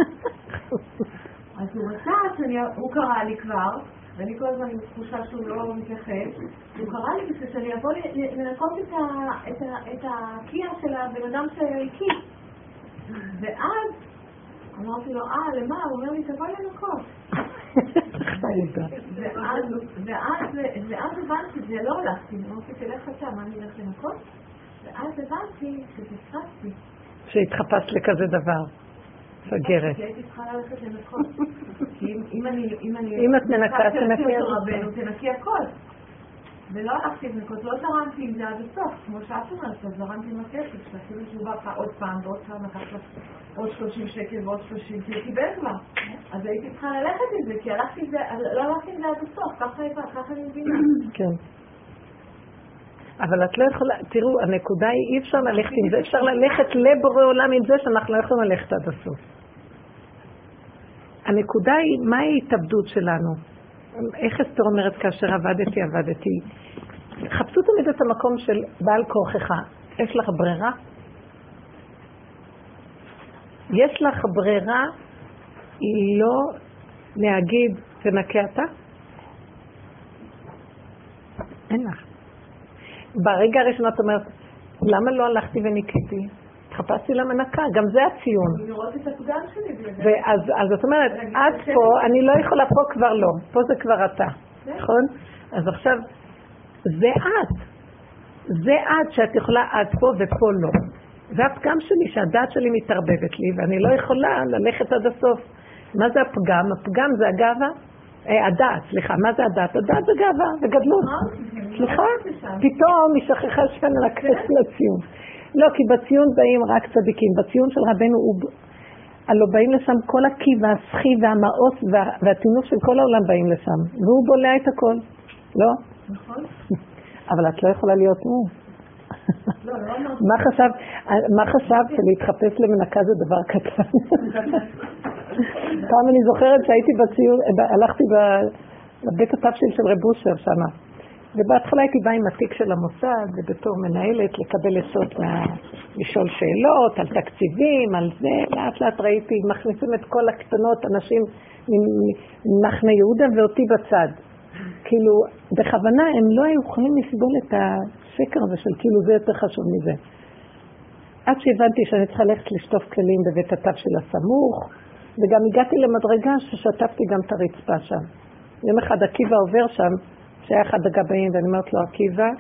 Speaker 2: אז הוא רצה, הוא קרא לי כבר, ואני כל הזמן עם תחושה שהוא לא מתייחס, הוא קרא לי בשביל שאני אבוא לנקות את הקיע של הבן אדם שהקיא. ואז אמרתי לו, אה, למה? הוא אומר לי, תבואי לנקות. ואז הבנתי, זה לא הלכתי, אמרתי, תלך אתה, מה אני הולך לנקות? ואז הבנתי שתפסתי.
Speaker 1: שהתחפשת לכזה דבר. סגרת.
Speaker 2: כי הייתי צריכה ללכת לנקות. כי אם אני...
Speaker 1: אם את מנקה, תנקי
Speaker 2: רבנו, תנקי הכל. ולא הלכתי לנקות, לא זרמתי עם זה עד הסוף. כמו שאת אומרת, אז זרמתי עם הכסף, שאפילו שהוא בא עוד פעם ועוד פעם, לקח לך עוד שלושים שקל ועוד שלושים, כי הוא קיבל כבר. אז הייתי צריכה ללכת עם זה, כי לא הלכתי עם זה עד הסוף. ככה אני מבינה.
Speaker 1: כן. אבל את לא יכולה, תראו, הנקודה היא, אי אפשר ללכת עם זה, אפשר ללכת לבורא עולם עם זה שאנחנו לא יכולים ללכת עד הסוף. הנקודה היא, מהי ההתאבדות שלנו? איך אסתר אומרת כאשר עבדתי, עבדתי? חפשו תמיד את המקום של בעל כוחך. יש לך ברירה? יש לך ברירה לא להגיד, תנקה אתה? אין לך. ברגע הראשון את אומרת, למה לא הלכתי וניקיתי? התחפשתי למנקה, גם זה הציון.
Speaker 2: אני לראות את הפגם שלי.
Speaker 1: ואז את אומרת, עד פה, אני לא יכולה, פה כבר לא, פה זה כבר אתה, נכון? אז עכשיו, זה את. זה את שאת יכולה עד פה ופה לא. זה הפגם שלי, שהדעת שלי מתערבבת לי, ואני לא יכולה ללכת עד הסוף. מה זה הפגם? הפגם זה הגאווה? הדעת, סליחה, מה זה הדעת? הדעת זה גאווה, זה גדלות. סליחה, פתאום היא שכחה שאני לקחת לציון. לא, כי בציון באים רק צדיקים. בציון של רבנו, הלא באים לשם כל הקי והסחי והמאוס והתינוף של כל העולם באים לשם. והוא בולע את הכל. לא?
Speaker 2: נכון.
Speaker 1: אבל את לא יכולה להיות הוא. מה חשבת? מה חשבת? להתחפש למנקה זה דבר קטן. פעם אני זוכרת שהייתי בציון, הלכתי בבית התפשיל של רב אושר שם, ובהתחלה הייתי באה עם התיק של המוסד, ובתור מנהלת לקבל עצות, לשאול שאלות על תקציבים, על זה, לאט לאט ראיתי, מכניסים את כל הקטנות, אנשים ממחנה יהודה ואותי בצד. כאילו, בכוונה הם לא היו יכולים לסבול את השקר הזה של כאילו זה יותר חשוב מזה. עד שהבנתי שאני צריכה ללכת לשטוף כלים בבית התפשיל הסמוך, וגם הגעתי למדרגה ששטפתי גם את הרצפה שם. יום אחד עקיבא עובר שם, שהיה אחד הגבאים, ואני אומרת לו, עקיבא,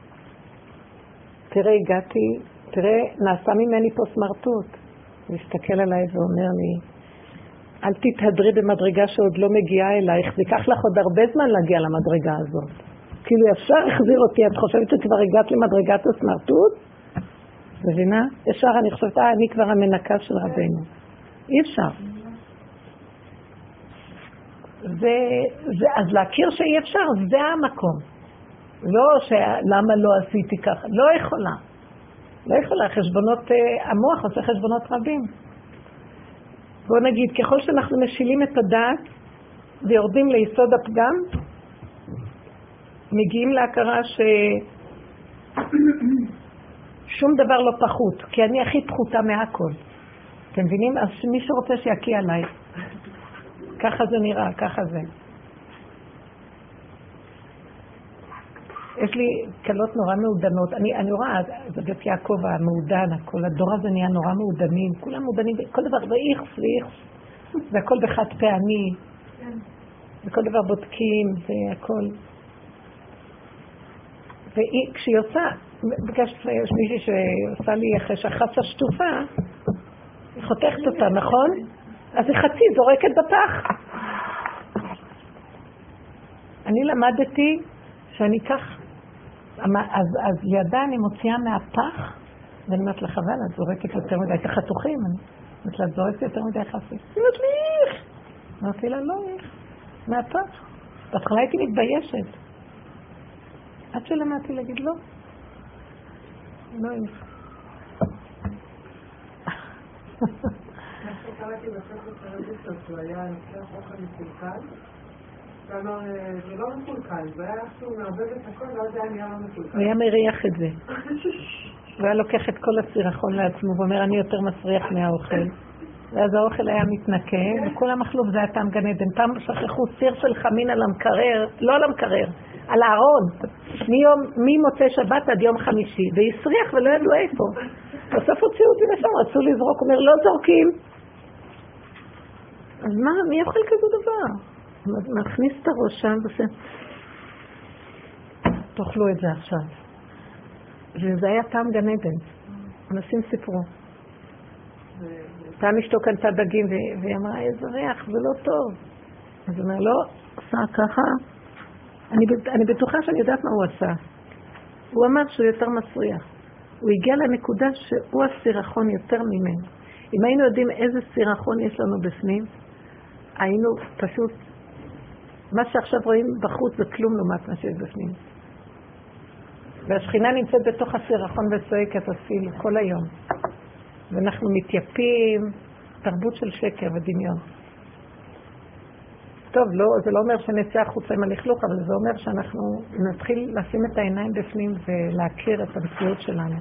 Speaker 1: תראה, הגעתי, תראה, נעשה ממני פה סמרטוט. הוא הסתכל עליי ואומר לי, אל תתהדרי במדרגה שעוד לא מגיעה אלייך, זה ייקח לך עוד הרבה זמן להגיע למדרגה הזאת. כאילו ישר החזיר אותי, את חושבת שכבר הגעת למדרגת הסמרטוט? מבינה? ישר אני חושבת, אה, אני כבר המנקה של רבינו. אי אפשר. זה, זה, אז להכיר שאי אפשר, זה המקום. לא שלמה לא עשיתי ככה, לא יכולה. לא יכולה, חשבונות, המוח עושה חשבונות רבים. בוא נגיד, ככל שאנחנו משילים את הדעת ויורדים ליסוד הפגם, מגיעים להכרה ששום דבר לא פחות, כי אני הכי פחותה מהכל. אתם מבינים? אז מי שרוצה שיקיע עליי. ככה זה נראה, ככה זה. יש לי קלות נורא מעודנות. אני, אני רואה, זה בית יעקב המעודן, הכל, הדור הזה נהיה נורא מעודנים. כולם מעודנים, כל דבר באיכס ואיכס. והכל בחד פעמי. וכל דבר בודקים, והכל. וכשהיא עושה, בגלל שיש מישהי שעושה לי אחרי שחסה שטופה, היא חותכת אותה, נכון? אז היא חצי זורקת בפח. אני למדתי שאני כך, אז, אז לידה אני מוציאה מהפח, ואני אומרת לה, חבל, את זורקת יותר מדי, את החתוכים, אני אומרת לה, את זורקת יותר מדי חסי. היא אומרת לי, איך? אמרתי לה, לא איך, מהפח. בהתחלה הייתי מתביישת. עד שלמדתי להגיד לא. לא איך.
Speaker 2: מה שקראתי בספר של רביסטר, שהוא היה לוקח אוכל מקולקל, ואמר, זה לא מקולקל, זה היה שהוא מערבב את הכל, ואז זה היה נראה מקולקל.
Speaker 1: הוא היה מריח את זה. הוא היה לוקח את כל הסירחון לעצמו, ואומר, אני יותר מסריח מהאוכל. ואז האוכל היה מתנקה, וכולם אכלו, וזה היה טעם גן עדן. פעם שכחו סיר של חמין על המקרר, לא על המקרר, על הארון, ממוצאי שבת עד יום חמישי, והסריח ולא ידעו איפה. בסוף הוציאו אותי לשם, רצו לזרוק, אומר, לא זורקים. אז מה, מי יאכל כזה דבר? מכניס את הראש שם ועושה, תאכלו את זה עכשיו. וזה היה טעם גן עדן. אנשים סיפרו. פעם אשתו קנתה דגים והיא אמרה, איזה ריח, זה לא טוב. אז הוא אומר, לא, עשה ככה. אני, אני בטוחה שאני יודעת מה הוא עשה. הוא אמר שהוא יותר מסריח. הוא הגיע לנקודה שהוא הסירחון יותר ממנו. אם היינו יודעים איזה סירחון יש לנו בפנים, היינו פשוט, מה שעכשיו רואים בחוץ זה כלום לעומת מה שיש בפנים. והשכינה נמצאת בתוך הסירחון וצועקת אפילו כל היום. ואנחנו מתייפים, תרבות של שקר ודמיון. טוב, לא, זה לא אומר שנצא החוצה עם הלכלוך, אבל זה אומר שאנחנו נתחיל לשים את העיניים בפנים ולהכיר את המציאות שלנו.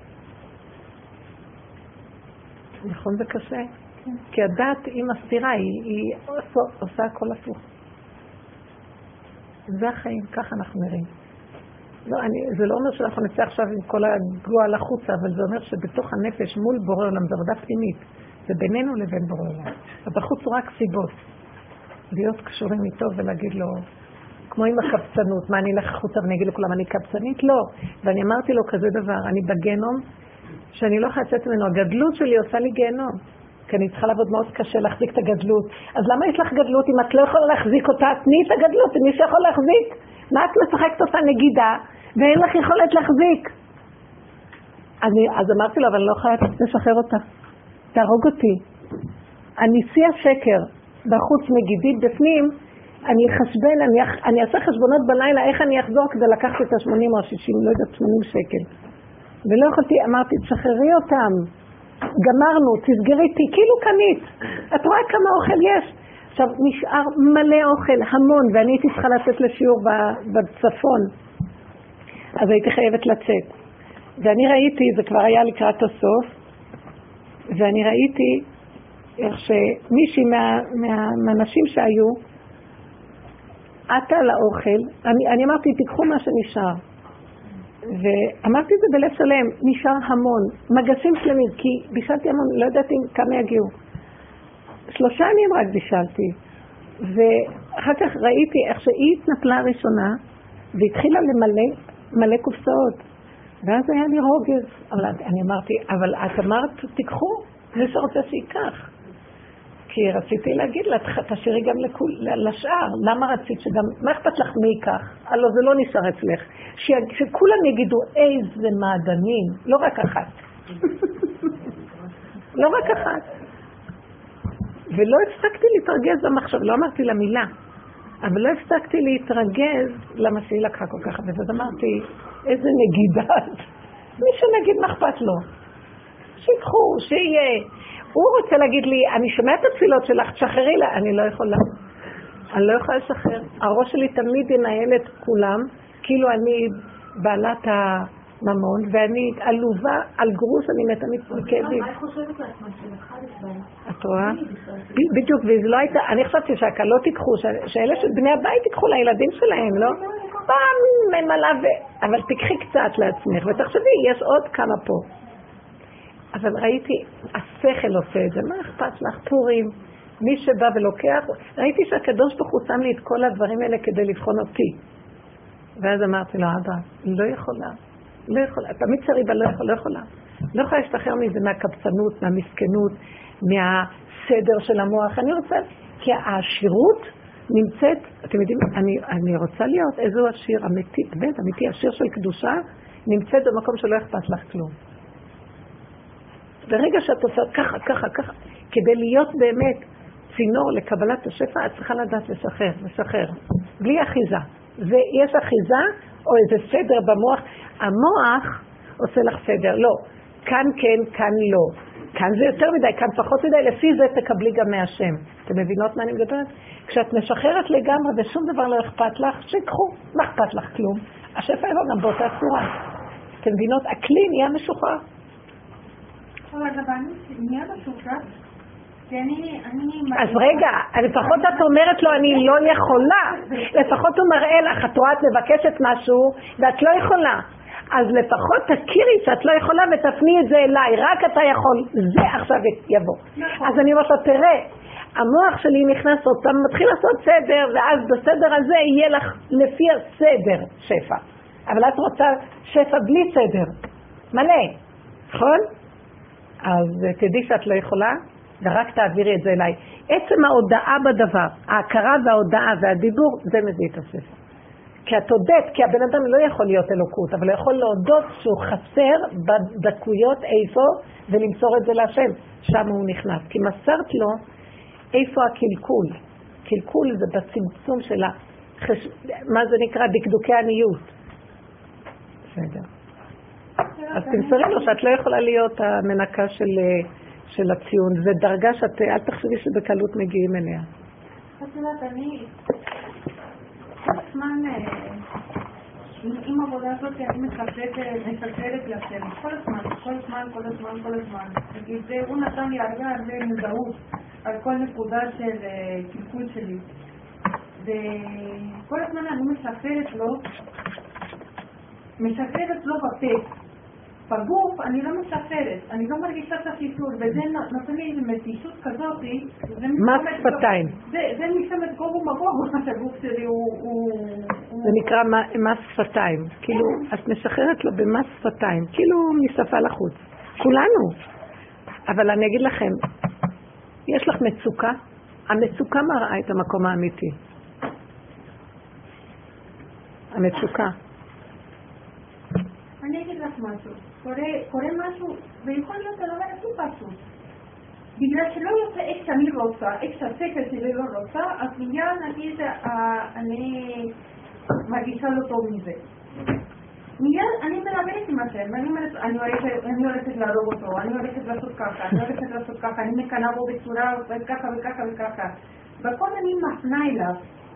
Speaker 1: נכון זה קשה? כן. כי הדת היא מסתירה, היא, היא עושה, עושה הכל הפוך. זה החיים, ככה אנחנו נראים. לא, אני, זה לא אומר שאנחנו נצא עכשיו עם כל הגוע לחוצה, אבל זה אומר שבתוך הנפש מול בורא עולם, זה עבודה פנימית, זה בינינו לבין בורא עולם. ובחוץ הוא רק סיבות. להיות קשורים איתו ולהגיד לו, כמו עם הקבצנות, מה אני אלך החוצה ואני אגיד לכולם, אני קבצנית? לא. ואני אמרתי לו כזה דבר, אני בגנום, שאני לא יכולה לצאת ממנו, הגדלות שלי עושה לי גנום. כי אני צריכה לעבוד מאוד קשה להחזיק את הגדלות. אז למה יש לך גדלות אם את לא יכולה להחזיק אותה? תני את הגדלות, מי שיכול להחזיק. מה את משחקת אותה נגידה, ואין לך יכולת להחזיק? אני, אז אמרתי לו, אבל אני לא יכולה לשחרר אותה. תהרוג אותי. אני שיא השקר. בחוץ מגידית בפנים, אני חשבן, אני, אני אעשה חשבונות בלילה, איך אני אחזור כדי לקחת את ה-שמונים או ה-שישים, לא יודעת, שמונים שקל. ולא יכולתי, אמרתי, תשחררי אותם. גמרנו, תסגרי אותי, כאילו קנית. את רואה כמה אוכל יש? עכשיו, נשאר מלא אוכל, המון, ואני הייתי צריכה לצאת לשיעור בצפון. אז הייתי חייבת לצאת. ואני ראיתי, זה כבר היה לקראת הסוף, ואני ראיתי איך שמישהי מה, מה, מהנשים שהיו, עטה לאוכל, אני, אני אמרתי, תיקחו מה שנשאר. ואמרתי את זה בלב שלם, נשאר המון, מגשים שלמים, כי בישלתי המון, לא ידעתי כמה יגיעו. שלושה ימים רק בישלתי, ואחר כך ראיתי איך שהיא התנפלה הראשונה, והתחילה למלא מלא קופסאות, ואז היה לי רוגז, אבל אני אמרתי, אבל את אמרת, תיקחו, מי שרוצה שיקח. כי רציתי להגיד לה, תשאירי גם לכול, לשאר, למה רצית שגם, מה אכפת לך מי ייקח? הלוא זה לא נשאר אצלך. שכולם יגידו, איזה מעדנים, לא רק אחת. לא רק אחת. ולא הפסקתי להתרגז במחשב, לא אמרתי לה מילה, אבל לא הפסקתי להתרגז למה שהיא לקחה כל כך, ואז אמרתי, איזה נגידת. מי שנגיד מה אכפת לו? שיקחו, שיהיה. הוא רוצה להגיד לי, אני שומע את התפילות שלך, תשחררי לה, אני לא יכולה. אני לא יכולה לשחרר. הראש שלי תמיד ינהל את כולם, כאילו אני בעלת הממון, ואני עלובה על גרוש, אני מתה מתמקדת.
Speaker 2: מה את חושבת לעצמה שלקחה לשבעה?
Speaker 1: את רואה? בדיוק, וזה לא הייתה, אני חשבתי שהקלות תיקחו, שאלה של בני הבית תיקחו לילדים שלהם, לא? פעם ממלא ו... אבל תקחי קצת לעצמך, ותחשבי, יש עוד כמה פה. אבל ראיתי, השכל עושה את זה, מה אכפת לך? פורים, מי שבא ולוקח, ראיתי שהקדוש ברוך הוא שם לי את כל הדברים האלה כדי לבחון אותי. ואז אמרתי לו, אבא, לא יכולה, לא יכולה, תמיד שריבה לא יכולה, לא יכולה. לא יכולה להשתחרר מזה מהקבצנות, מהמסכנות, מהסדר של המוח. אני רוצה, כי העשירות נמצאת, אתם יודעים, אני, אני רוצה להיות איזו עשיר אמיתי, באמת, אמיתי, עשיר של קדושה, נמצאת במקום שלא אכפת לך כלום. ברגע שאת עושה ככה, ככה, ככה, כדי להיות באמת צינור לקבלת השפע, את צריכה לדעת לשחרר, לשחרר, בלי אחיזה. ויש אחיזה או איזה סדר במוח. המוח עושה לך סדר, לא. כאן כן, כאן לא. כאן זה יותר מדי, כאן פחות מדי, לפי זה תקבלי גם מהשם. אתם מבינות מה אני מדברת? כשאת משחררת לגמרי ושום דבר לא אכפת לך, שיקחו, מה אכפת לך כלום? השפע יבוא גם באותה צורה. אתם מבינות? הכלי נהיה משוחרר.
Speaker 2: אבל רבנית, נהיה משוחרר?
Speaker 1: אז רגע, לפחות את אומרת לו אני לא יכולה, לפחות הוא מראה לך, את רואה את מבקשת משהו ואת לא יכולה, אז לפחות תכירי שאת לא יכולה ותפני את זה אליי, רק אתה יכול, זה עכשיו יבוא. אז אני אומרת לו, תראה, המוח שלי נכנס אותם, מתחיל לעשות סדר, ואז בסדר הזה יהיה לך לפי הסדר שפע, אבל את רוצה שפע בלי סדר, מלא, נכון? אז תדעי שאת לא יכולה, ורק תעבירי את זה אליי. עצם ההודעה בדבר, ההכרה וההודעה והדיבור, זה מביא את הספר. כי את הודעת, כי הבן אדם לא יכול להיות אלוקות, אבל הוא יכול להודות שהוא חסר בדקויות איפה, ולמסור את זה להשם. שם הוא נכנס. כי מסרת לו איפה הקלקול. קלקול זה בצמצום של החש... מה זה נקרא? דקדוקי עניות. בסדר. אז תמסרי לו שאת לא יכולה להיות המנקה של... של הציון, זה דרגה שאת, אל תחשבי שבקלות מגיעים אליה.
Speaker 2: את יודעת, אני, כל הזמן, עם עבודה הזאת, אני מסתכלת לשם, כל הזמן, כל הזמן, כל הזמן, כל הזמן. הוא נתן לי הרבה הרבה מודעות על כל נקודה של קלקול שלי. וכל הזמן אני מסתכלת לו, מסתכלת לו בפה. בגוף אני לא מספרת, אני לא מרגישה את החיסור, וזה נותן לי איזו מתישות כזאת.
Speaker 1: מה שפתיים?
Speaker 2: זה משמת גוב ומגוב, הגוף שלי הוא...
Speaker 1: זה נקרא מס שפתיים, כאילו את משחררת לו במס שפתיים, כאילו משפה לחוץ, כולנו. אבל אני אגיד לכם, יש לך מצוקה, המצוקה מראה את המקום האמיתי. המצוקה.
Speaker 2: אני אגיד לך משהו, קורה, קורה משהו, ויכול להיות הדבר הכי פשוט. בגלל שלא יוצא איך שאני רוצה, איך שהשכל שלי לא רוצה, אז מיד נגיד, אני מרגישה לא טוב מזה. מיד אני מדברת עם השם, אני הולכת להרוג אותו, אני הולכת לעשות ככה, אני הולכת לעשות ככה, אני מקנה בו בצורה וככה וככה וככה. בכל אני מפנה אליו,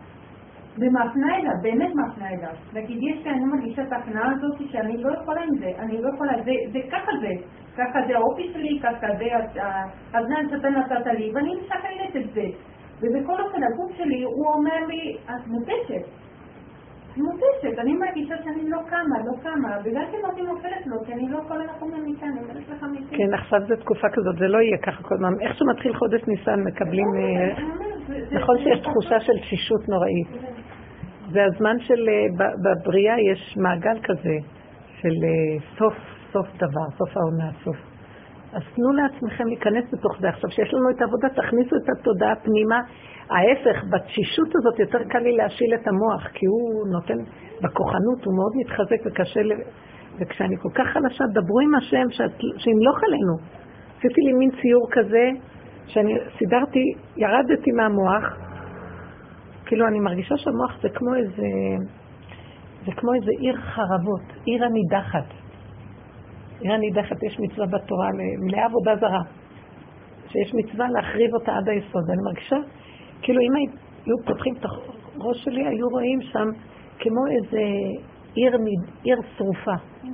Speaker 2: ומפנה אליו, באמת מפנה אליו. נגיד, יש שאני מרגישה את ההכנעה הזאת שאני לא יכולה עם זה, אני לא יכולה, זה ככה זה, ככה זה האופי שלי, ככה זה הזמן שאתה נתת לי, ואני משחררת את זה. ובכל אופן הגוף שלי הוא אומר לי, את מותשת. מותשת, אני מרגישה שאני לא קמה, לא קמה, בגלל שמותי נופלת לו, כי אני לא יכולה לקום למיטה, אני אומרת לך מיטה.
Speaker 1: כן, עכשיו זו תקופה כזאת, זה לא יהיה ככה כל הזמן. איך שמתחיל חודש ניסן מקבלים, נכון שיש תחושה של תשישות נוראית. זה הזמן של, בבריאה יש מעגל כזה, של סוף, סוף דבר, סוף העונה, סוף. אז תנו לעצמכם להיכנס בתוך זה. עכשיו שיש לנו את העבודה, תכניסו את התודעה פנימה. ההפך, בתשישות הזאת יותר קל לי להשיל את המוח, כי הוא נותן, בכוחנות הוא מאוד מתחזק וקשה, וכשאני כל כך חלשה, דברו עם השם שימלוך עלינו. עשיתי לי מין ציור כזה, שאני סידרתי, ירדתי מהמוח, כאילו אני מרגישה שהמוח זה כמו איזה, זה כמו איזה עיר חרבות, עיר הנידחת. עיר הנידחת, יש מצווה בתורה מלאה עבודה זרה, שיש מצווה להחריב אותה עד היסוד. ואני מרגישה, כאילו אם היו פותחים את הראש שלי, היו רואים שם כמו איזה עיר, עיר שרופה.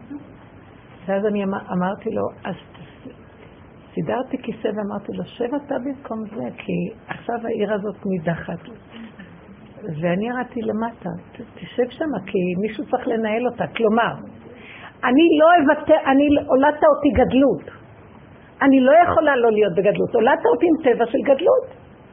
Speaker 1: ואז אני אמרתי לו, אז סידרתי כיסא ואמרתי לו, שב אתה במקום זה, כי עכשיו העיר הזאת נידחת. ואני ירדתי למטה, תשב שם, כי מישהו צריך לנהל אותה. כלומר, אני לא אבטא, אני הולדת אותי גדלות. אני לא יכולה לא להיות בגדלות. הולדת אותי עם טבע של גדלות.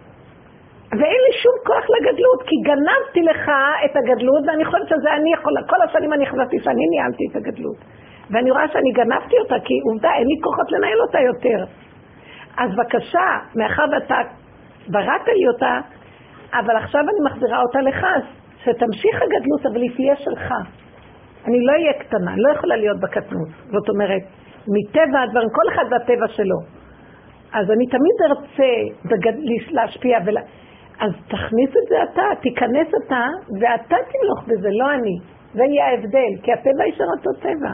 Speaker 1: ואין לי שום כוח לגדלות, כי גנבתי לך את הגדלות, ואני חושבת שזה אני יכולה. כל השנים אני חשבתי שאני ניהלתי את הגדלות. ואני רואה שאני גנבתי אותה, כי עובדה, אין לי כוחות לנהל אותה יותר. אז בבקשה, מאחר ואתה בראת לי אותה, אבל עכשיו אני מחזירה אותה לך, שתמשיך הגדלות, אבל היא תהיה שלך. אני לא אהיה קטנה, לא יכולה להיות בקטנות. זאת אומרת, מטבע הדברים, כל אחד והטבע שלו. אז אני תמיד ארצה בגד... להשפיע, ולה... אז תכניס את זה אתה, תיכנס אתה, ואתה תמלוך בזה, לא אני. זה יהיה ההבדל, כי הטבע יישאר אותו טבע.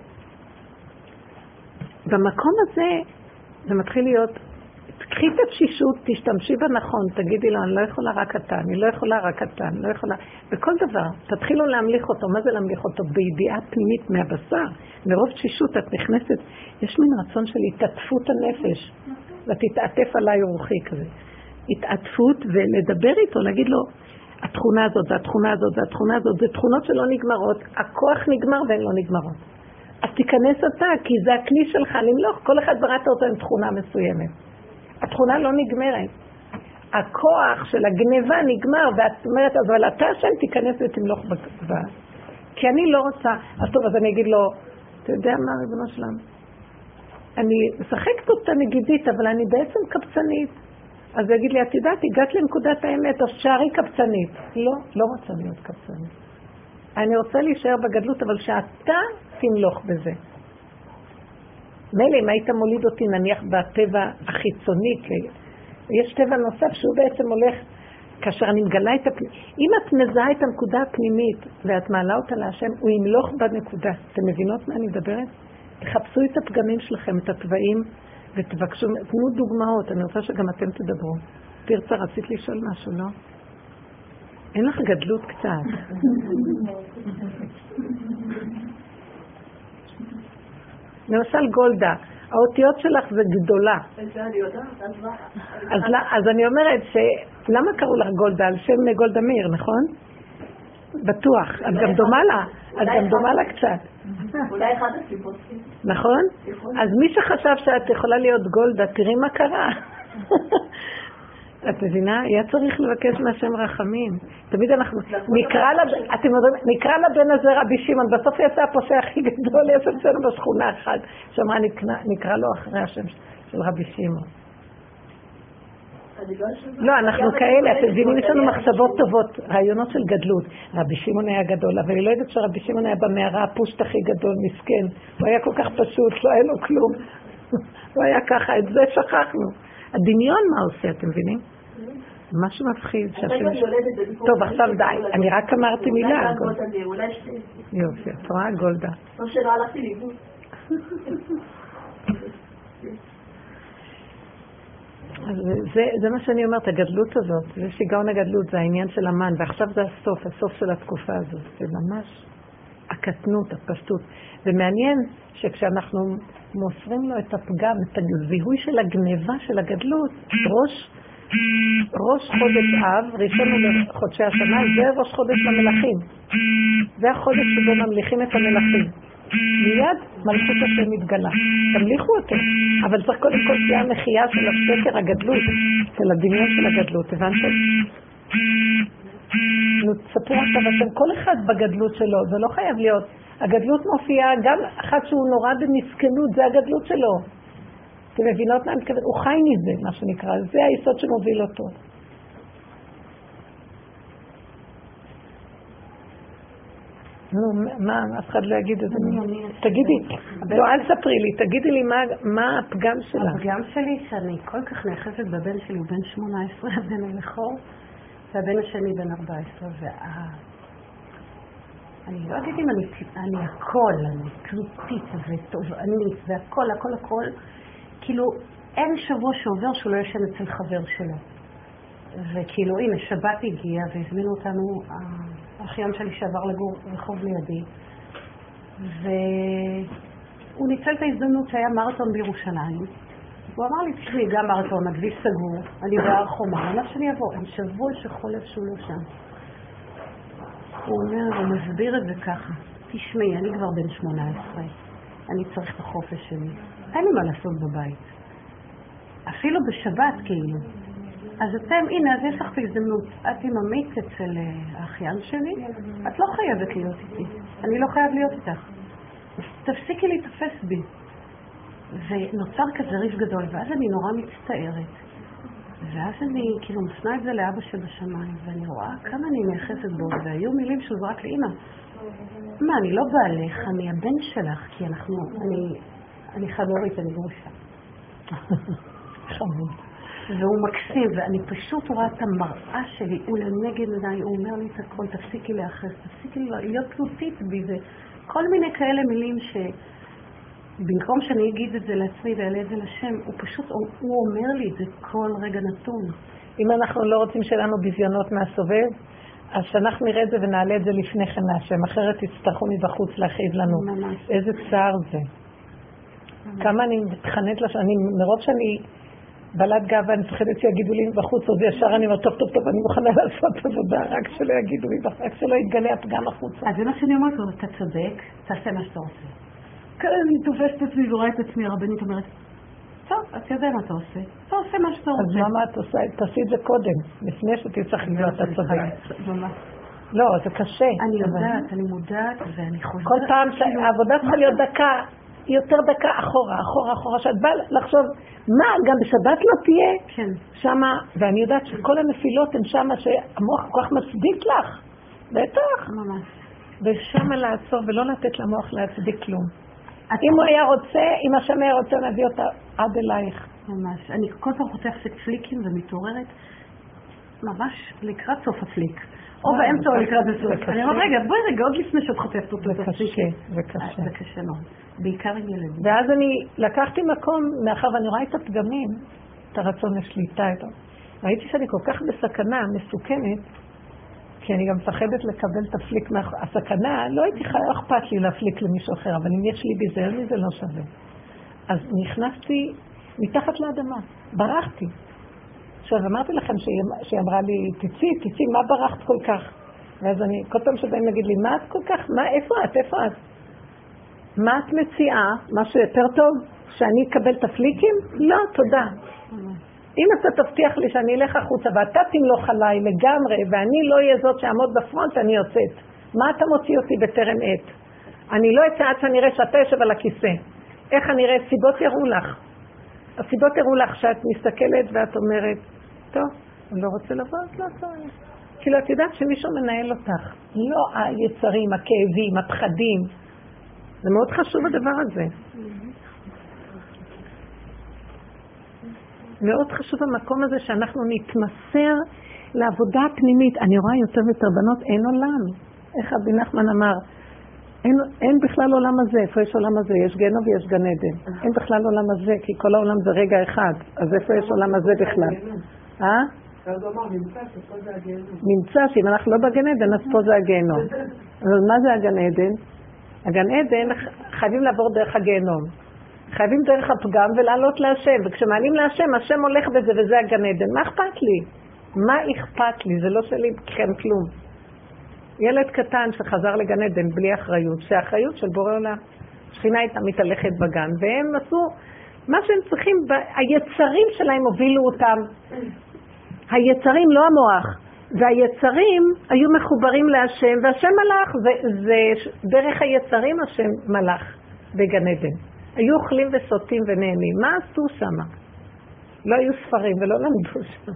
Speaker 1: במקום הזה, זה מתחיל להיות, תקחי את התשישות, תשתמשי בנכון, תגידי לו, אני לא יכולה רק אתה, אני לא יכולה רק אתה, אני לא יכולה, בכל דבר, תתחילו להמליך אותו. מה זה להמליך אותו? בידיעה פנימית מהבשר, מרוב תשישות את נכנסת, יש מין רצון של התעטפות הנפש, ותתעטף עליי רוחי כזה, התעטפות ולדבר איתו, להגיד לו, התכונה הזאת, זה התכונה הזאת, זה התכונה הזאת, זה תכונות שלא נגמרות, הכוח נגמר והן לא נגמרות. אז תיכנס אתה, כי זה הכלי שלך למלוך, כל אחד בראת אותו עם תכונה מסוימת. התכונה לא נגמרת. הכוח של הגניבה נגמר, ואת אומרת, אבל אתה השם תיכנס ותמלוך בה. כי אני לא רוצה, אז טוב, אז אני אגיד לו, אתה יודע מה, ריבונו שלם? אני משחקת אותה נגידית, אבל אני בעצם קבצנית. אז הוא יגיד לי, את יודעת, הגעת לנקודת האמת, אז שערי קבצנית. לא, לא רוצה להיות קבצנית. אני רוצה להישאר בגדלות, אבל שאתה תמלוך בזה. מילא, אם היית מוליד אותי נניח בטבע החיצוני, יש טבע נוסף שהוא בעצם הולך, כאשר אני מגלה את הפנימית. אם את מזהה את הנקודה הפנימית ואת מעלה אותה להשם, הוא ימלוך בנקודה. אתם מבינות מה אני מדברת? תחפשו את הפגמים שלכם, את הטבעים, ותבקשו, תנו דוגמאות. אני רוצה שגם אתם תדברו. תרצה, רצית לשאול משהו, לא? אין לך גדלות קצת. למשל גולדה, האותיות שלך זה גדולה. אז, אז אני אומרת שלמה קראו לך גולדה? על שם גולדה מאיר, נכון? בטוח, את גם דומה לה, את גם דומה לה קצת.
Speaker 3: אולי אחד הסיבות.
Speaker 1: נכון? אז מי שחשב שאת יכולה להיות גולדה, תראי מה קרה. את מבינה? היה צריך לבקש מהשם רחמים. תמיד אנחנו נקרא לבן, אתם יודעים, נקרא לבן הזה רבי שמעון, בסוף יצא הפושע הכי גדול, יש אצלנו בשכונה אחת, שאמרה נקרא לו אחרי השם של רבי שמעון. לא, אנחנו כאלה, אתם מבינים, יש לנו מחשבות טובות, רעיונות של גדלות. רבי שמעון היה גדול, אבל אני לא יודעת שרבי שמעון היה במערה הפושט הכי גדול, מסכן. הוא היה כל כך פשוט, לא היה לו כלום. הוא היה ככה, את זה שכחנו. הדמיון מה עושה, אתם מבינים? משהו מפחיד.
Speaker 3: טוב,
Speaker 1: עכשיו די, אני רק אמרתי מילה.
Speaker 3: אולי שתי.
Speaker 1: יופי, את רואה גולדה.
Speaker 3: לא שלא הלכתי לאיבוד.
Speaker 1: זה, זה מה שאני אומרת, הגדלות הזאת, זה שיגעון הגדלות, זה העניין של המן, ועכשיו זה הסוף, הסוף של התקופה הזאת, זה ממש הקטנות, הפשטות. ומעניין שכשאנחנו מוסרים לו את הפגם, את הזיהוי של הגניבה של הגדלות, ראש, ראש חודש אב, ראשון לחודשי השנה, זה ראש חודש למלאכים. זה החודש שבו ממליכים את המלאכים. מיד מלכות השם מתגלה. תמליכו אותו. אבל צריך קודם כל תהיה המחייה של השקר הגדלות, של הדמיון של הגדלות. הבנתם? נו, תספרו עכשיו אתם, כל אחד בגדלות שלו, זה לא חייב להיות. הגדלות מופיעה, גם אחד שהוא נורא במסכנות, זה הגדלות שלו. אתם מבינות מה אני מתכוונת? הוא חי מזה, מה שנקרא. זה היסוד שמוביל אותו. נו, מה, אף אחד לא יגיד את זה. תגידי, לא, אל ספרי לי, תגידי לי מה הפגם שלה.
Speaker 4: הפגם שלי שאני כל כך נאחזת בבן שלי, הוא בן שמונה עשרה, הבן הלכור, והבן השני בן ארבע עשרה, ואה... אני לא אגיד אם אני הכל, אני קריטית ותובענית, והכל, הכל, הכל, כאילו אין שבוע שעובר שהוא לא ישן אצל חבר שלו. וכאילו, הנה, שבת הגיע והזמינו אותנו, האחיין שלי שעבר לגור רחוב לידי, והוא ניצל את ההזדמנות שהיה מרתון בירושלים. הוא אמר לי, תשמעי, גם מרתון, הכביש סגור, אני בהר חומה, למה שאני אבוא? הם שבוע שחולף שהוא לא שם. הוא אומר, הוא מסביר את זה ככה, תשמעי, אני כבר בן שמונה עשרה, אני צריך את החופש שלי, אין לי מה לעשות בבית. אפילו בשבת כאילו. אז אתם, הנה, אז יש לך הזדמנות. את עם עמית אצל האחיין שלי, את לא חייבת להיות איתי. אני לא חייב להיות איתך. תפסיקי להתאפס בי. ונוצר כזה ריב גדול, ואז אני נורא מצטערת. ואז אני כאילו מפנה את זה לאבא שבשמיים, ואני רואה כמה אני נאחזת בו, והיו מילים שהוא זרק לי, אמא, מה, אני לא בעלך, אני הבן שלך, כי אנחנו, אני, אני חד-הורית, אני גרושה.
Speaker 1: חמוד.
Speaker 4: והוא מקסים, ואני פשוט רואה את המראה שלי, הוא לנגד עיניי, הוא אומר לי את הכל, תפסיקי להאחז, תפסיקי להיות תלותית בי, וכל מיני כאלה מילים שבמקום שאני אגיד את זה לעצמי ואעלה את זה לשם, הוא פשוט, הוא אומר לי את זה כל רגע נתון.
Speaker 1: אם אנחנו לא רוצים שלנו בזיונות מהסובב, אז שאנחנו נראה את זה ונעלה את זה לפני כן להשם, אחרת תצטרכו מבחוץ להכאיב לנו.
Speaker 4: ממש.
Speaker 1: איזה צער זה. ממש. כמה אני מתחננת לשם, אני מרוב שאני בעלת גאווה, אני מפחדת שיגידו לי בחוץ, אז ישר אני אומר, טוב, טוב, טוב, אני מוכנה לעשות עבודה, רק שלא יגידו לי, רק שלא יתגלה הפגם החוצה.
Speaker 4: אז זה מה שאני אומרת, אתה צודק, תעשה מה שאתה רוצה. כאן אני תופסת את עצמי, ורואה את עצמי, הרבנית אומרת, טוב, אתה יודע מה אתה עושה, אתה עושה מה שאתה רוצה.
Speaker 1: אז למה את עושה? תעשי את זה קודם, לפני שתצטרך להיות, אתה צודק.
Speaker 4: ממש.
Speaker 1: לא, זה קשה.
Speaker 4: אני יודעת, אני מודעת, ואני חושבת...
Speaker 1: כל פעם שהעבודה צריכה להיות דקה, יותר דקה אחורה, אחורה, אחורה, שאת באה לחשוב, מה, גם בשבת לא תהיה?
Speaker 4: כן.
Speaker 1: שמה, ואני יודעת שכל הנפילות הן שמה שהמוח כל כך מצדיק לך. בטח.
Speaker 4: ממש.
Speaker 1: ושמה לעצור ולא לתת למוח להצדיק כלום. אם הוא היה רוצה, אם השם היה רוצה, נביא אותה עד אלייך.
Speaker 4: ממש. אני כל פעם חותכת פליקים ומתעוררת ממש לקראת סוף הפליק. או באמצע או לקראת הסוף. אני אומרת, רגע, בואי רגע, עוד לפני שאת חוטפת אותו.
Speaker 1: זה קשה, זה קשה.
Speaker 4: זה קשה מאוד. בעיקר עם ילדים.
Speaker 1: ואז אני לקחתי מקום, מאחר ואני רואה את הפגמים, את הרצון לשליטה איתו. ראיתי שאני כל כך בסכנה, מסוכנת, כי אני גם מפחדת לקבל את הפליק מהסכנה, לא הייתי חייב אכפת לי להפליק למישהו אחר, אבל אם יש לי ביזיון, זה לא שווה. אז נכנסתי מתחת לאדמה, ברחתי. עכשיו, אמרתי לכם שהיא אמרה לי, תצאי, תצאי, מה ברחת כל כך? ואז אני, כל פעם שבאים נגיד לי, מה את כל כך? מה, איפה את? איפה את? מה את מציעה? משהו יותר טוב? שאני אקבל את הפליקים? לא, תודה. אם אתה תבטיח לי שאני אלך החוצה ואתה תמלוך עליי לגמרי ואני לא אהיה זאת שעמוד בפרונט, אני יוצאת. מה אתה מוציא אותי בטרם עת? אני לא אצא עד שאני אראה שאתה יושב על הכיסא. איך אני אראה? סיבות יראו לך. הסיבות יראו לך שאת מסתכלת ואת אומרת, טוב, אני לא רוצה לבוא, אז לא צריך. כאילו את יודעת שמישהו מנהל אותך. לא היצרים, הכאבים, הפחדים. זה מאוד חשוב הדבר הזה. מאוד חשוב המקום הזה שאנחנו נתמסר לעבודה הפנימית. אני רואה יותר ויותר בנות, אין עולם. איך רבי נחמן אמר, אין, אין בכלל עולם הזה. איפה יש עולם הזה? יש גיהנום ויש גן עדן. אין בכלל עולם הזה, כי כל העולם זה רגע אחד. אז איפה יש עולם הזה בכלל? אה?
Speaker 2: אז הוא אמר, נמצא שפה זה הגיהנום.
Speaker 1: נמצא שאם אנחנו לא בגן עדן, אז פה זה הגיהנום. אבל מה זה הגן עדן? הגן עדן חייבים לעבור דרך הגיהנום. חייבים דרך הפגם ולעלות להשם. וכשמעלים להשם, השם הולך בזה וזה הגן עדן. מה אכפת לי? מה אכפת לי? זה לא שלי בכם כלום. ילד קטן שחזר לגן עדן בלי אחריות, שהאחריות של בורא עולם. שכינה הייתה מתהלכת בגן, והם עשו מה שהם צריכים, היצרים שלהם הובילו אותם. היצרים, לא המוח. והיצרים היו מחוברים להשם, והשם מלך, וזה דרך היצרים השם מלך בגן עדן. היו אוכלים וסוטים ונהנים. מה עשו שם? לא היו ספרים ולא למדו שם.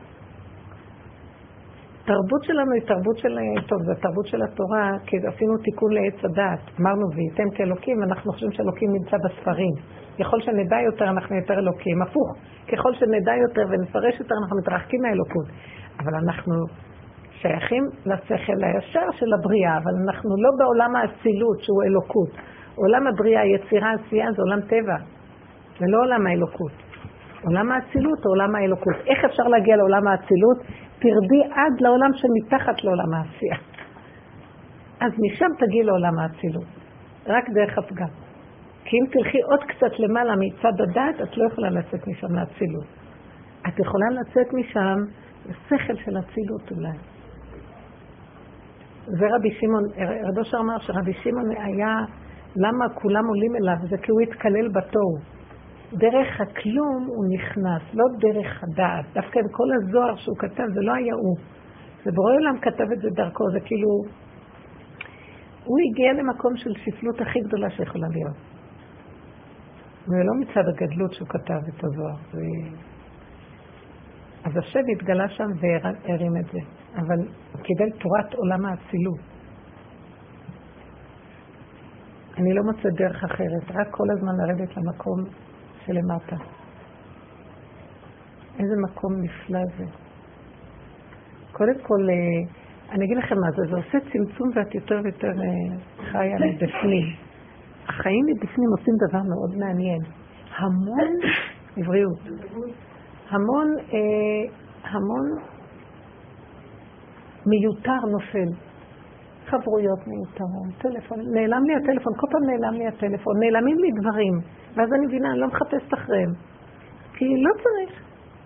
Speaker 1: תרבות שלנו היא תרבות של, טוב, זה תרבות של התורה, כי עשינו תיקון לעץ הדעת. אמרנו, וייתם כאלוקים, ואנחנו חושבים שאלוקים נמצא בספרים. ככל שנדע יותר, אנחנו יותר אלוקים. הפוך, ככל שנדע יותר ונפרש יותר, אנחנו מתרחקים מהאלוקות. אבל אנחנו שייכים לשכל הישר של הבריאה, אבל אנחנו לא בעולם האצילות שהוא אלוקות. עולם הבריאה, היצירה, העשייה, זה עולם טבע. זה לא עולם האלוקות. עולם האצילות או עולם האלוקות. איך אפשר להגיע לעולם האצילות? תרדי עד לעולם שמתחת לעולם העשייה. אז משם תגיעי לעולם האצילות. רק דרך הפגם. כי אם תלכי עוד קצת למעלה מצד הדעת, את לא יכולה לצאת משם לאצילות. את יכולה לצאת משם לשכל של אצילות אולי. זה רבי שמעון, רבי אושר אמר שרבי שמעון היה, למה כולם עולים אליו? זה כי הוא התקלל בתוהו. דרך הכלום הוא נכנס, לא דרך הדעת. דווקא עם כל הזוהר שהוא כתב, זה לא היה הוא. זה בורא עולם כתב את זה דרכו, זה כאילו... הוא הגיע למקום של שפלות הכי גדולה שיכולה להיות. ולא מצד הגדלות שהוא כתב את הזוהר. ו... אז השם התגלה שם והרים את זה. אבל הוא קיבל תורת עולם האצילות. אני לא מוצא דרך אחרת, רק כל הזמן לרדת למקום שלמטה. איזה מקום נפלא זה. קודם כל, אני אגיד לכם מה זה, זה עושה צמצום ואת יותר ויותר חיה מבפנים. החיים מבפנים עושים דבר מאוד מעניין. המון עבריות. המון, אה, המון מיותר נופל. חברויות מיותרות, טלפון, נעלם לי הטלפון, כל פעם נעלם לי הטלפון, נעלמים לי דברים, ואז אני מבינה, אני לא מחפשת אחריהם. כי לא צריך.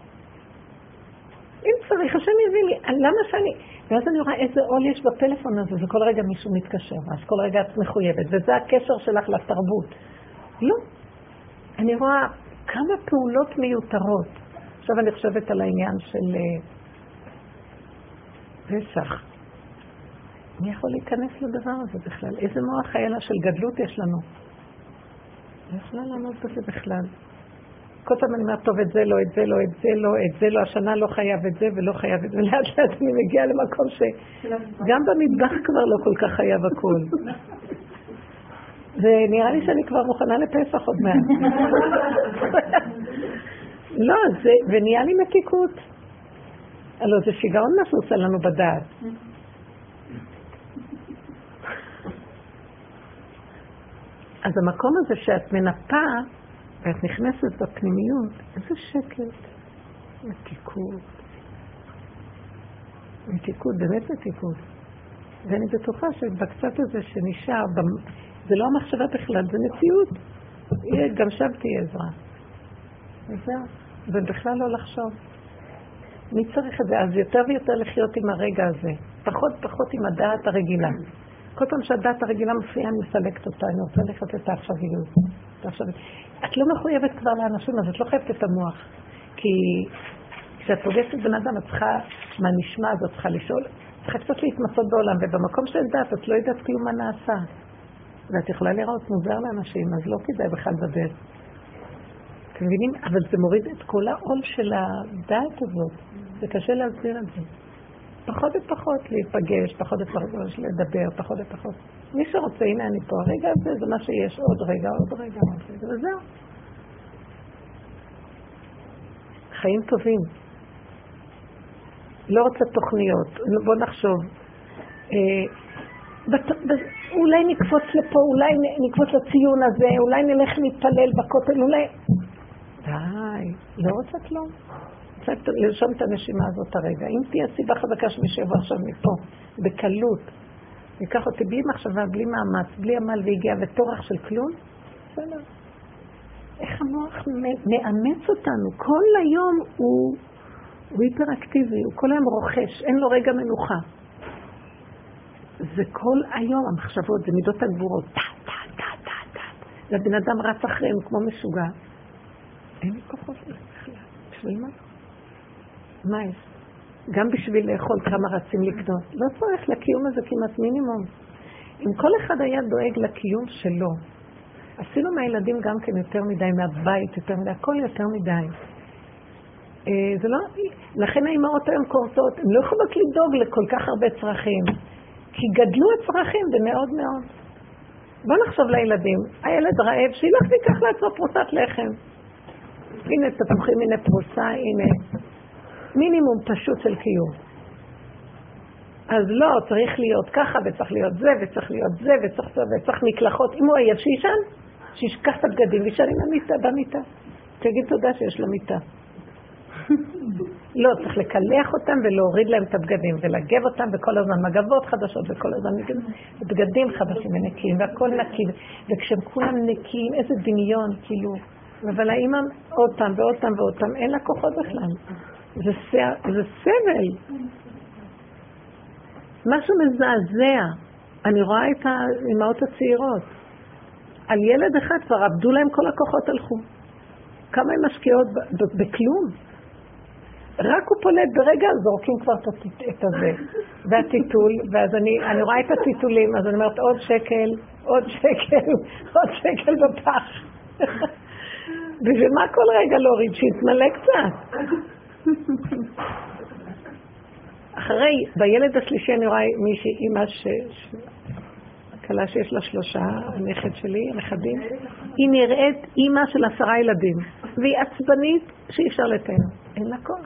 Speaker 1: אם צריך, השם יביא לי, למה שאני... ואז אני רואה איזה עול יש בפלאפון הזה, וכל רגע מישהו מתקשר, אז כל רגע את מחויבת, וזה הקשר שלך לתרבות. לא. אני רואה כמה פעולות מיותרות. עכשיו אני חושבת על העניין של פסח. מי יכול להיכנס לדבר הזה בכלל? איזה מוח חיילה של גדלות יש לנו? לא יכולה לעמוד בזה בכלל. כל פעם אני אומרת, טוב, את זה לא, את זה לא, את זה לא, את זה לא, השנה לא חייב את זה ולא חייב את זה. לאט לאט אני מגיעה למקום שגם במטבח כבר לא כל כך חייב הכל. ונראה לי שאני כבר מוכנה לפסח עוד מעט. לא, זה, ונהיה לי מתיקות. הלוא זה שיגעון מה שעושה לנו בדעת. אז המקום הזה שאת מנפה, ואת נכנסת בפנימיות, איזה שקט. מתיקות. מתיקות, באמת מתיקות. ואני בטוחה שבקצת הזה שנשאר, זה לא המחשבה בכלל, זה מציאות. גם שם תהיה עזרה. וזהו, ובכלל לא לחשוב. מי צריך את זה? אז יותר ויותר לחיות עם הרגע הזה. פחות פחות עם הדעת הרגילה. כל פעם שהדעת הרגילה מופיעה, אני מסלקת אותה, אני רוצה לחיות את העכשוויות. את לא מחויבת כבר לאנשים, אז את לא חייבת את המוח. כי כשאת פוגשת בן אדם, את צריכה, מה נשמע, אז את צריכה לשאול. צריכה קצת להתמצות בעולם, ובמקום שאין דעת, את לא יודעת כלום מה נעשה. ואת יכולה לראות מוזר לאנשים, אז לא כדאי בכלל לדבר. אתם מבינים? אבל זה מוריד את כל העול של הדעת הזאת. זה קשה להסביר את זה. פחות ופחות להיפגש, פחות ופחות לדבר, פחות ופחות. מי שרוצה, הנה אני פה, הרגע הזה זה מה שיש, עוד רגע, עוד רגע, עוד רגע, וזהו. חיים טובים. לא רוצה תוכניות, בוא נחשוב. אולי נקפוץ לפה, אולי נקפוץ לציון הזה, אולי נלך להתפלל בכותל, אולי... די, לא רוצה כלום. צריך לרשום את הנשימה הזאת הרגע. אם תהיה סיבה חזקה שמשבע עכשיו מפה, בקלות, ניקח אותי בלי מחשבה, בלי מאמץ, בלי עמל והגיע וטורח של כלום, בסדר. איך המוח מאמץ אותנו? כל היום הוא, הוא היפראקטיבי, הוא כל היום רוכש, אין לו רגע מנוחה. זה כל היום המחשבות, זה מידות הגבורות, טה, טה, טה, טה, טה. והבן אדם רץ אחריהם כמו משוגע. אין לי כוחות בכלל. בשביל מה? מה יש? גם בשביל לאכול כמה רצים לקנות. לא צריך לקיום הזה כמעט מינימום. אם כל אחד היה דואג לקיום שלו, עשינו מהילדים גם כן יותר מדי, מהבית יותר מדי, הכל יותר מדי. זה לא, לכן האימהות היום קורסות, הן לא יכולות לדאוג לכל כך הרבה צרכים, כי גדלו הצרכים במאוד מאוד. בוא נחשוב לילדים, הילד רעב, שילך ויקח לעצמו פרוסת לחם. הנה תפוחים, הנה פרוסה, הנה מינימום פשוט של קיום. אז לא, צריך להיות ככה, וצריך להיות זה, וצריך להיות זה, וצריך זה, וצריך מקלחות. אם הוא עייף שישן, שישכח את הבגדים וישן עם המיטה, במיטה. תגיד תודה שיש לו מיטה. לא, צריך לקלח אותם ולהוריד להם את הבגדים, ולגב אותם וכל הזמן מגבות חדשות, וכל הזמן בגדים חדשים ונקיים, והכל נקי. וכשהם כולם נקיים, איזה דמיון, כאילו. אבל האמא אותם ואותם ואותם, אין לה כוחות בכלל. זה, זה סבל. משהו מזעזע. אני רואה את האמהות הצעירות. על ילד אחד כבר עבדו להם כל הכוחות הלכו. כמה הם משקיעות בכלום. רק הוא פולט ברגע, זורקים כבר את הזה. והטיטול, ואז אני, אני רואה את הטיטולים, אז אני אומרת עוד שקל, עוד שקל, עוד שקל בפח. בשביל מה כל רגע להוריד? שיתמלא קצת. אחרי, בילד השלישי אני רואה מישהי, אמא ש... קלה שיש לה שלושה, הנכד שלי, הנכדים, היא נראית אמא של עשרה ילדים, והיא עצבנית שאי אפשר לתאר. אין לה כוח.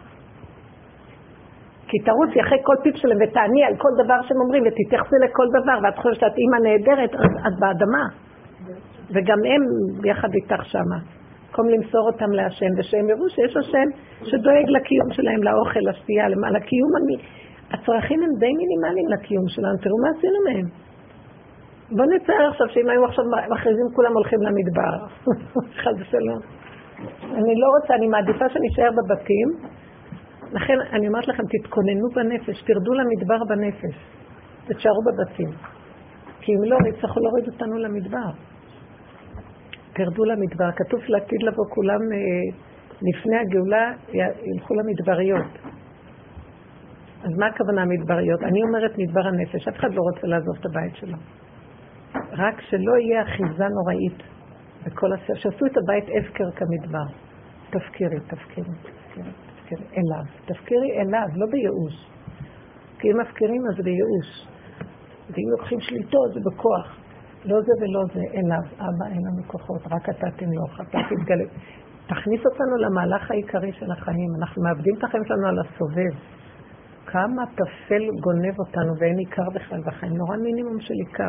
Speaker 1: כי תרוצי אחרי כל פיפ שלהם ותעני על כל דבר שהם אומרים, ותתייחסי לכל דבר, ואת חושבת שאת אמא נהדרת, אז את באדמה. וגם הם ביחד איתך שמה. במקום למסור אותם להשם, ושהם יראו שיש השם שדואג לקיום שלהם, לאוכל, לשתייה, לקיום. הצרכים הם די מינימליים לקיום שלנו, תראו מה עשינו מהם. בוא נצייר עכשיו שאם היו עכשיו מכריזים כולם הולכים למדבר. חד ושלום. אני לא רוצה, אני מעדיפה שנשאר בבתים. לכן אני אומרת לכם, תתכוננו בנפש, תרדו למדבר בנפש. תשארו בבתים. כי אם לא, יצטרכו להוריד אותנו למדבר. תרדו למדבר. כתוב שלעתיד לבוא כולם לפני הגאולה ילכו למדבריות. אז מה הכוונה המדבריות? אני אומרת מדבר הנפש. אף אחד לא רוצה לעזוב את הבית שלו. רק שלא יהיה אחיזה נוראית בכל הספר. שעשו את הבית הפקר כמדבר. תפקירי, תפקירי, תפקירי, תפקירי, אליו. תפקירי אליו, לא בייאוש. כי אם מפקירים אז זה בייאוש. ואם לוקחים שליטו זה בכוח. לא זה ולא זה, אליו. אבא, אין לנו כוחות, רק אתה תמלוך, אתה תתגלה. תכניס אותנו למהלך העיקרי של החיים. אנחנו מאבדים את החיים שלנו על הסובב. כמה תפל גונב אותנו ואין עיקר בכלל בחיים. נורא מינימום של עיקר.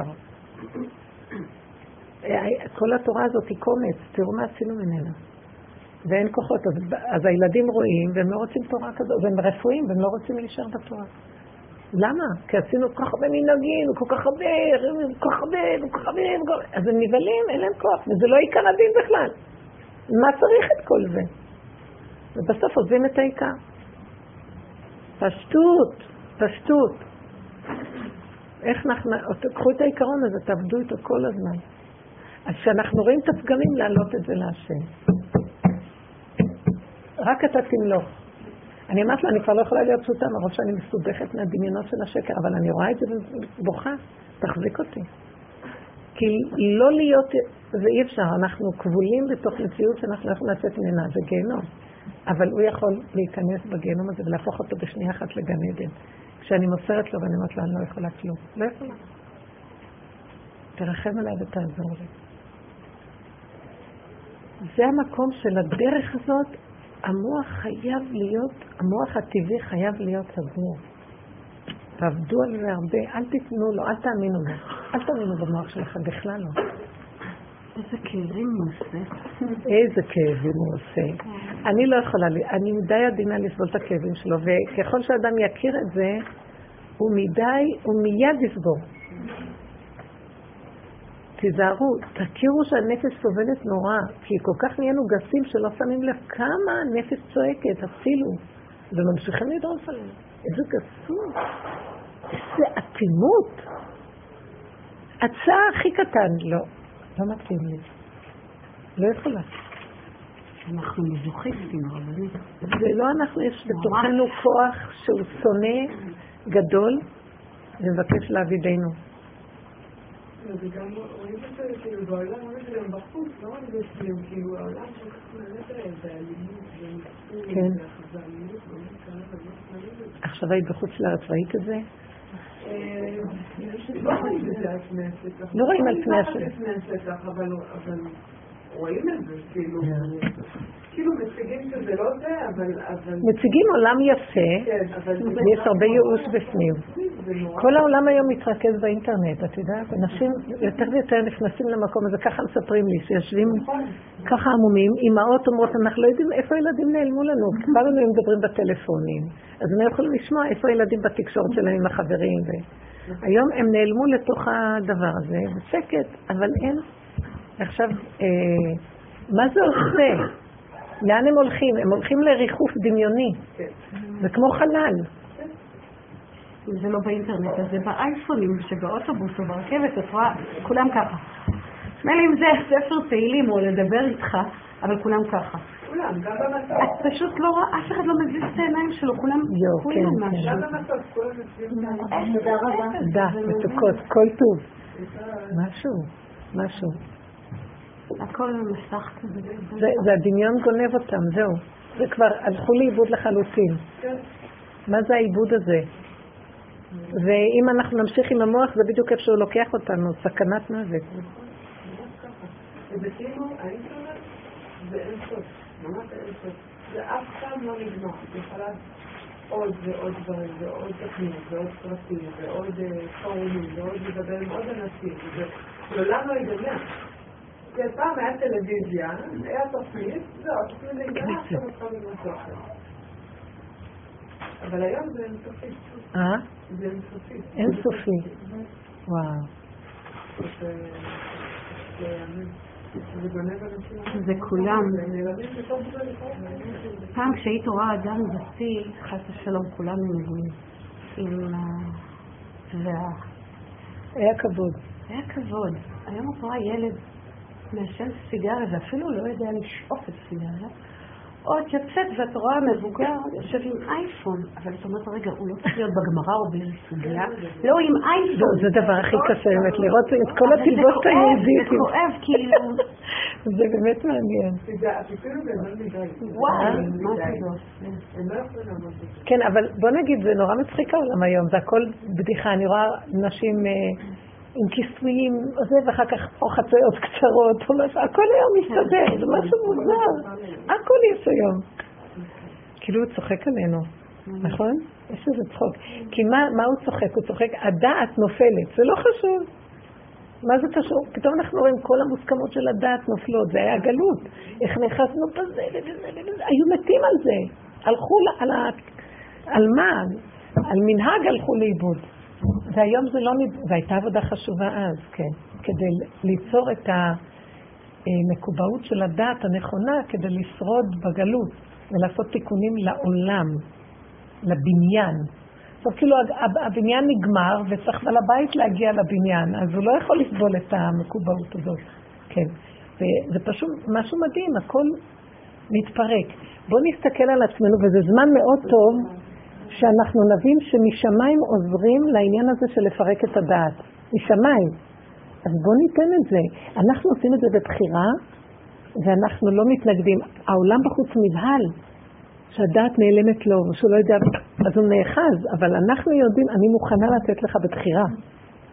Speaker 1: כל התורה הזאת היא קומץ, תראו מה עשינו ממנה. ואין כוחות, אז, אז הילדים רואים והם לא רוצים תורה כזאת, והם רפואים והם לא רוצים להישאר בתורה. למה? כי עשינו כל כך הרבה מנהגים, כל כך הרבה, כל כך הרבה, כל כך הרבה, אז הם נבלים, אין להם כוח, וזה לא עיקר הדין בכלל. מה צריך את כל זה? ובסוף עוזבים את העיקר. פשטות, פשטות. איך אנחנו, קחו את העיקרון הזה, תעבדו איתו כל הזמן. אז כשאנחנו רואים את הפגמים, להעלות את זה להשם. רק אתה תמלוך. אני אמרת לה, אני כבר לא יכולה להיות פשוטה, מרוב שאני מסובכת מהדמיונות של השקר, אבל אני רואה את זה ובוכה, תחזיק אותי. כי לא להיות, זה אי אפשר, אנחנו כבולים בתוך מציאות שאנחנו לא יכולים לצאת ממנה, זה גיהנום. אבל הוא יכול להיכנס בגיהנום הזה ולהפוך אותו בשנייה אחת לגן עדן. כשאני מוסרת לו ואני אומרת לו, אני לא יכולה כלום. לא יכולה. תרחם עליי ותעזור לי. זה המקום של הדרך הזאת, המוח חייב להיות, המוח הטבעי חייב להיות סגור. תעבדו על זה הרבה, אל תתנו לו, אל תאמינו לו. אל תאמינו במוח שלך, בכלל לא.
Speaker 4: איזה כאבים הוא עושה.
Speaker 1: איזה כאבים הוא עושה. אני לא יכולה, אני די עדינה לסבול את הכאבים שלו, וככל שאדם יכיר את זה, הוא מדי, הוא מיד יסבור. תיזהרו, תכירו שהנפש סובלת נורא, כי כל כך נהיינו גסים שלא שמים לב כמה הנפש צועקת, אפילו, וממשיכים לדרוס עלינו. איזה גסות, איזה אטימות. הצעה הכי קטן, לא, לא מתאים לי. לא יכולה.
Speaker 4: אנחנו מזוכיסטים, רבנית.
Speaker 1: זה לא אנחנו, יש בתוכנו כוח שהוא שונא גדול, ומבקש להבידנו.
Speaker 2: וגם רואים את זה כאילו בעולם, רואים את זה גם בחוץ, לא רק זה כאילו העולם שכל כך מעלת עליהם, באלימות, וניסוי, ואלימות, ואלימות, ואלימות.
Speaker 1: עכשיו היית בחוץ לארץ, ראית את זה?
Speaker 2: לא רואים את זה על פני השטח.
Speaker 1: לא רואים על פני
Speaker 2: השטח, אבל רואים את זה, כאילו, כאילו מציגים שזה לא זה, אבל...
Speaker 1: מציגים עולם יפה, ויש הרבה ייאוש בפנים. כל העולם היום מתרכז באינטרנט, את יודעת? אנשים יותר ויותר נכנסים למקום הזה, ככה מספרים לי, שיושבים ככה עמומים, אמהות אומרות, אנחנו לא יודעים איפה ילדים נעלמו לנו, כבר הם מדברים בטלפונים, אז הם לא יכולים לשמוע איפה ילדים בתקשורת שלהם עם החברים. היום הם נעלמו לתוך הדבר הזה, בשקט, אבל אין. עכשיו, מה זה עושה? לאן הם הולכים? הם הולכים לריחוף דמיוני. זה כמו חלל.
Speaker 4: זה לא באינטרנט, זה באייפונים, שבאוטובוס או ברכבת, את רואה, כולם ככה. מילא אם זה ספר תהילים או לדבר איתך, אבל כולם ככה.
Speaker 2: כולם, גם במסוף.
Speaker 4: את פשוט לא רואה, אף אחד לא מזיז את העיניים שלו, כולם כולם משהו.
Speaker 2: גם במסוף, כולם מזיז את העיניים.
Speaker 3: תודה רבה.
Speaker 1: תודה, מתוקות, כל טוב. משהו, משהו.
Speaker 4: הכל מסך כזה.
Speaker 1: זה הדמיון גונב אותם, זהו. זה כבר הלכו לאיבוד לחלוטין. מה זה האיבוד הזה? ואם אנחנו נמשיך עם המוח, זה בדיוק איפה שהוא לוקח אותנו, סכנת מוות.
Speaker 2: ובתימו, האינטרנט זה אין סוף, ממש אין סוף. זה אף פעם לא נגמר. זה חלד עוד ועוד דברים, ועוד תכניות, ועוד פרטים, ועוד פורומים, ועוד לדבר עם עוד אנשים. ולעולם לא יגמר. כי פעם היה טלוויזיה, היה תוכנית, זהו, התוכנית נגמרה, עכשיו אפשר למשהו אחר. אבל היום זה אינסופי.
Speaker 1: אה?
Speaker 2: זה אינסופי.
Speaker 1: אינסופי. וואו.
Speaker 4: זה כולם. פעם כשהיית רואה אדם דתי, חס ושלום, כולם נגועים. עם הצבעה.
Speaker 1: היה כבוד.
Speaker 4: היה כבוד. היום את רואה ילד מעשן סיגריה, ואפילו לא יודע לשאוף את סיגריה. עוד יוצאת ואת רואה מבוגר, יושב עם אייפון, אבל את אומרת, רגע, הוא לא צריך להיות בגמרא או באיזו סוגיה, לא עם אייפון.
Speaker 1: זה הדבר הכי קשה, באמת, לראות את כל התלבושת היהודית.
Speaker 4: זה כואב, כאילו.
Speaker 1: זה באמת מעניין.
Speaker 4: וואי, מה זה עושה?
Speaker 1: כן, אבל בוא נגיד, זה נורא מצחיק העולם היום, זה הכל בדיחה, אני רואה נשים עם כיסויים, ואחר כך או חצויות קצרות, או משהו, הכל היום מסתדר, זה משהו מוזר, הכל יש היום. כאילו הוא צוחק עלינו, נכון? יש איזה צחוק. כי מה, מה הוא צוחק? הוא צוחק, הדעת נופלת, זה לא חשוב. מה זה קשור? פתאום אנחנו רואים כל המוסכמות של הדעת נופלות, זה היה גלות. איך נכנסנו בזה, היו מתים על זה. הלכו על, ה... על מה? על מנהג הלכו לאיבוד. והיום זה לא נד... והייתה עבודה חשובה אז, כן. כדי ליצור את המקובעות של הדעת הנכונה, כדי לשרוד בגלות, ולעשות תיקונים לעולם, לבניין. זאת כאילו הבניין נגמר, וצריך על הבית להגיע לבניין, אז הוא לא יכול לסבול את המקובעות הזאת. כן. וזה פשוט משהו מדהים, הכל מתפרק. בואו נסתכל על עצמנו, וזה זמן מאוד טוב, שאנחנו נבין שמשמיים עוזרים לעניין הזה של לפרק את הדעת. משמיים. אז בואו ניתן את זה. אנחנו עושים את זה בבחירה, ואנחנו לא מתנגדים. העולם בחוץ נבהל, שהדעת נעלמת לו, ושהוא לא יודע, אז הוא נאחז, אבל אנחנו יודעים, אני מוכנה לתת לך בבחירה.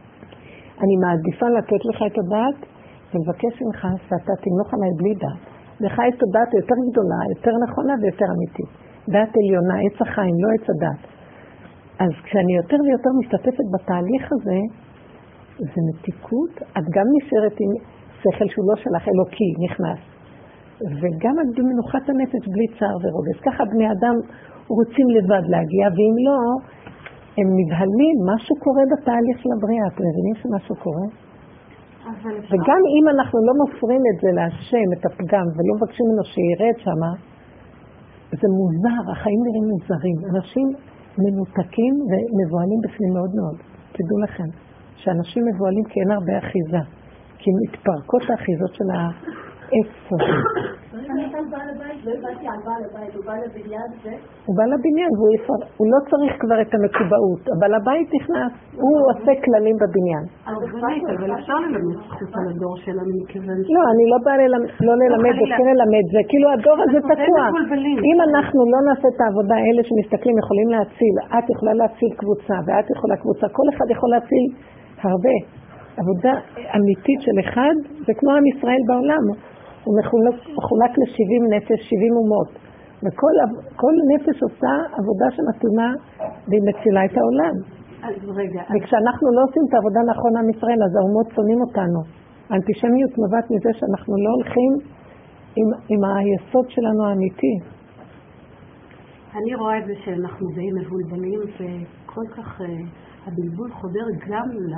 Speaker 1: אני מעדיפה לתת לך את הדעת, ולבקש ממך שאתה תמלוך עליי בלי דעת. לך יש את הדעת יותר גדולה, יותר נכונה ויותר אמיתית. דעת עליונה, עץ החיים, לא עץ הדת. אז כשאני יותר ויותר משתתפת בתהליך הזה, זה מתיקות, את גם נשארת עם שכל שהוא לא שלך, אלוקי, נכנס. וגם את במנוחת הנפש בלי צער ורוגז. ככה בני אדם רוצים לבד להגיע, ואם לא, הם נבהלים, משהו קורה בתהליך של הבריאה. אתם מבינים שמשהו קורה? וגם אם אנחנו לא מפרים את זה להשם, את הפגם, ולא מבקשים ממנו שירד שמה, זה מוזר, החיים נראים מוזרים. אנשים מנותקים ומבועלים בפנים מאוד מאוד. תדעו לכם, שאנשים מבועלים כי אין הרבה אחיזה. כי מתפרקות האחיזות של האיפה.
Speaker 3: אני כאן בא לבית, לא הבאתי על בא לבית, הוא בא לבניין זה?
Speaker 1: הוא בא לבניין, והוא לא צריך כבר את המקובעות. אבל הבית נכנס, הוא עושה כללים בבניין.
Speaker 4: אבל אפשר ללמד זכות על הדור שלנו מכיוון ש...
Speaker 1: לא, אני לא באה לא ללמד, זה כן ללמד, זה כאילו הדור הזה תקוע. אם אנחנו לא נעשה את העבודה, אלה שמסתכלים יכולים להציל, את יכולה להציל קבוצה, ואת יכולה קבוצה, כל אחד יכול להציל הרבה. עבודה אמיתית של אחד, זה כמו עם ישראל בעולם. הוא מחולק, מחולק ל-שבעים נפש, שבעים אומות. וכל כל נפש עושה עבודה שמתאימה והיא מצילה את העולם.
Speaker 4: אז רגע.
Speaker 1: וכשאנחנו לא עושים את העבודה נכון עם ישראל, אז האומות שונאים אותנו. האנטישמיות נובעת מזה שאנחנו לא הולכים עם, עם היסוד שלנו האמיתי.
Speaker 4: אני רואה את זה שאנחנו די מבולבלים, וכל כך uh, הבלבול חודר גם ל...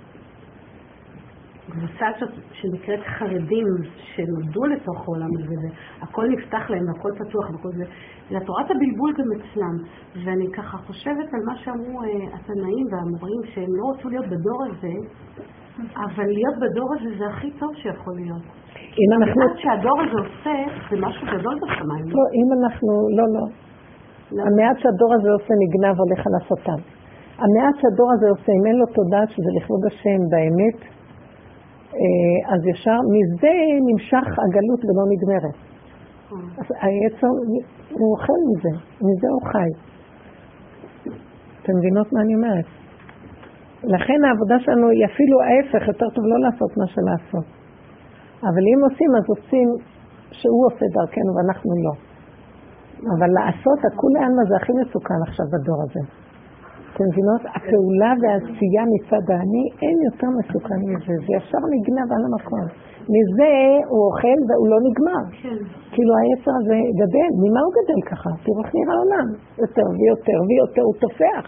Speaker 4: קבוצה שנקראת חרדים שנולדו לתוך העולם הזה, הכל נפתח להם והכל פתוח וכל זה, לתורת הבלבול גם אצלם. ואני ככה חושבת על מה שאמרו התנאים והמוראים שהם לא רצו להיות בדור הזה, אבל להיות בדור הזה זה הכי טוב שיכול להיות.
Speaker 1: אם אנחנו...
Speaker 4: המעט שהדור הזה עושה זה משהו גדול בשמיים.
Speaker 1: לא, אם אנחנו... לא, לא. המעט שהדור הזה עושה נגנב הולך על השטן. המעט שהדור הזה עושה, אם אין לו תודה שזה לכבוד השם באמת, אז ישר, מזה נמשך הגלות ולא נגמרת. אז היצר, הוא אוכל מזה, מזה הוא חי. אתם מבינות מה אני אומרת? לכן העבודה שלנו היא אפילו ההפך, יותר טוב לא לעשות מה שלעשות. אבל אם עושים, אז עושים שהוא עושה דרכנו ואנחנו לא. אבל לעשות, הכולי עלמא זה הכי מסוכן עכשיו בדור הזה. אתם מבינות? הפעולה והעשייה מצד העני אין יותר מסוכן מזה. זה ישר נגנב על המקום. מזה הוא אוכל והוא לא נגמר. כאילו היצר הזה גדל. ממה הוא גדל ככה? תראו איך נראה העולם. יותר ויותר ויותר הוא תופח.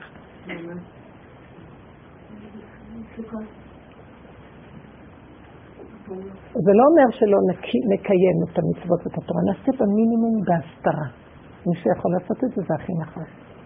Speaker 1: זה לא אומר שלא נקיים את המצוות ואת התורה. נעשה במינימום בהסתרה. מי שיכול לעשות את זה זה הכי נכון.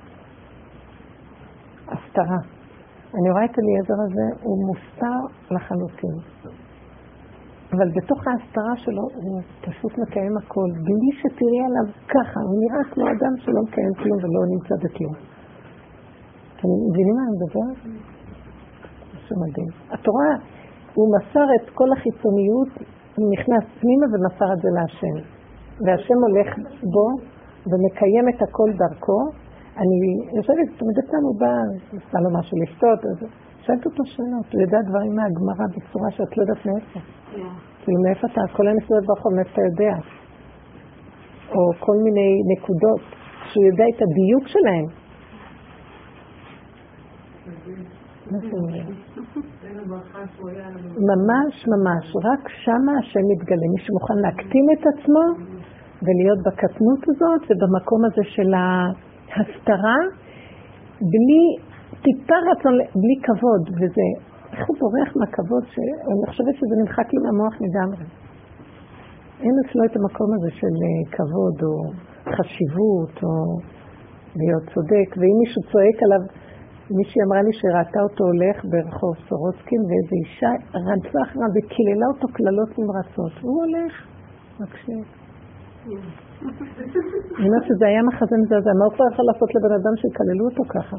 Speaker 1: הסתרה. אני רואה את אליעזר הזה, הוא מוסתר לחלוטין. אבל בתוך ההסתרה שלו הוא פשוט מקיים הכל, בלי שתראי עליו ככה. הוא נראה כמו אדם שלא מקיים כלום ולא נמצא בכלום. אתם מבינים מה אני מדבר? משהו מדהים. התורה, הוא מסר את כל החיצוניות, הוא נכנס פנימה ומסר את זה להשם. והשם הולך בו ומקיים את הכל דרכו. אני יושבת, מדי פעם הוא בא, עושה לו משהו לשתות, אז שאלת אותו שאלות, הוא יודע דברים מהגמרא בצורה שאת לא יודעת מאיפה. כאילו מאיפה אתה, כל הנסויות ברחוב, מאיפה אתה יודע. או כל מיני נקודות, שהוא יודע את הדיוק שלהם. ממש ממש, רק שמה השם מתגלה. מי שמוכן להקטין את עצמו ולהיות בקטנות הזאת ובמקום הזה של ההסתרה, בלי טיפה רצון, בלי כבוד, וזה, איך הוא בורח מהכבוד, שאני חושבת שזה נמחק לי מהמוח לגמרי. אין אצלו את המקום הזה של כבוד או חשיבות או להיות צודק, ואם מישהו צועק עליו, מישהי אמרה לי שראתה אותו הולך ברחוב סורוצקין, ואיזו אישה רדפה אחריו וקיללה אותו כללות נמרצות. הוא הולך, מקשיב. אני אומרת שזה היה מחזה מזעזע, מה הוא כבר יכול לעשות לבן אדם שקללו אותו ככה?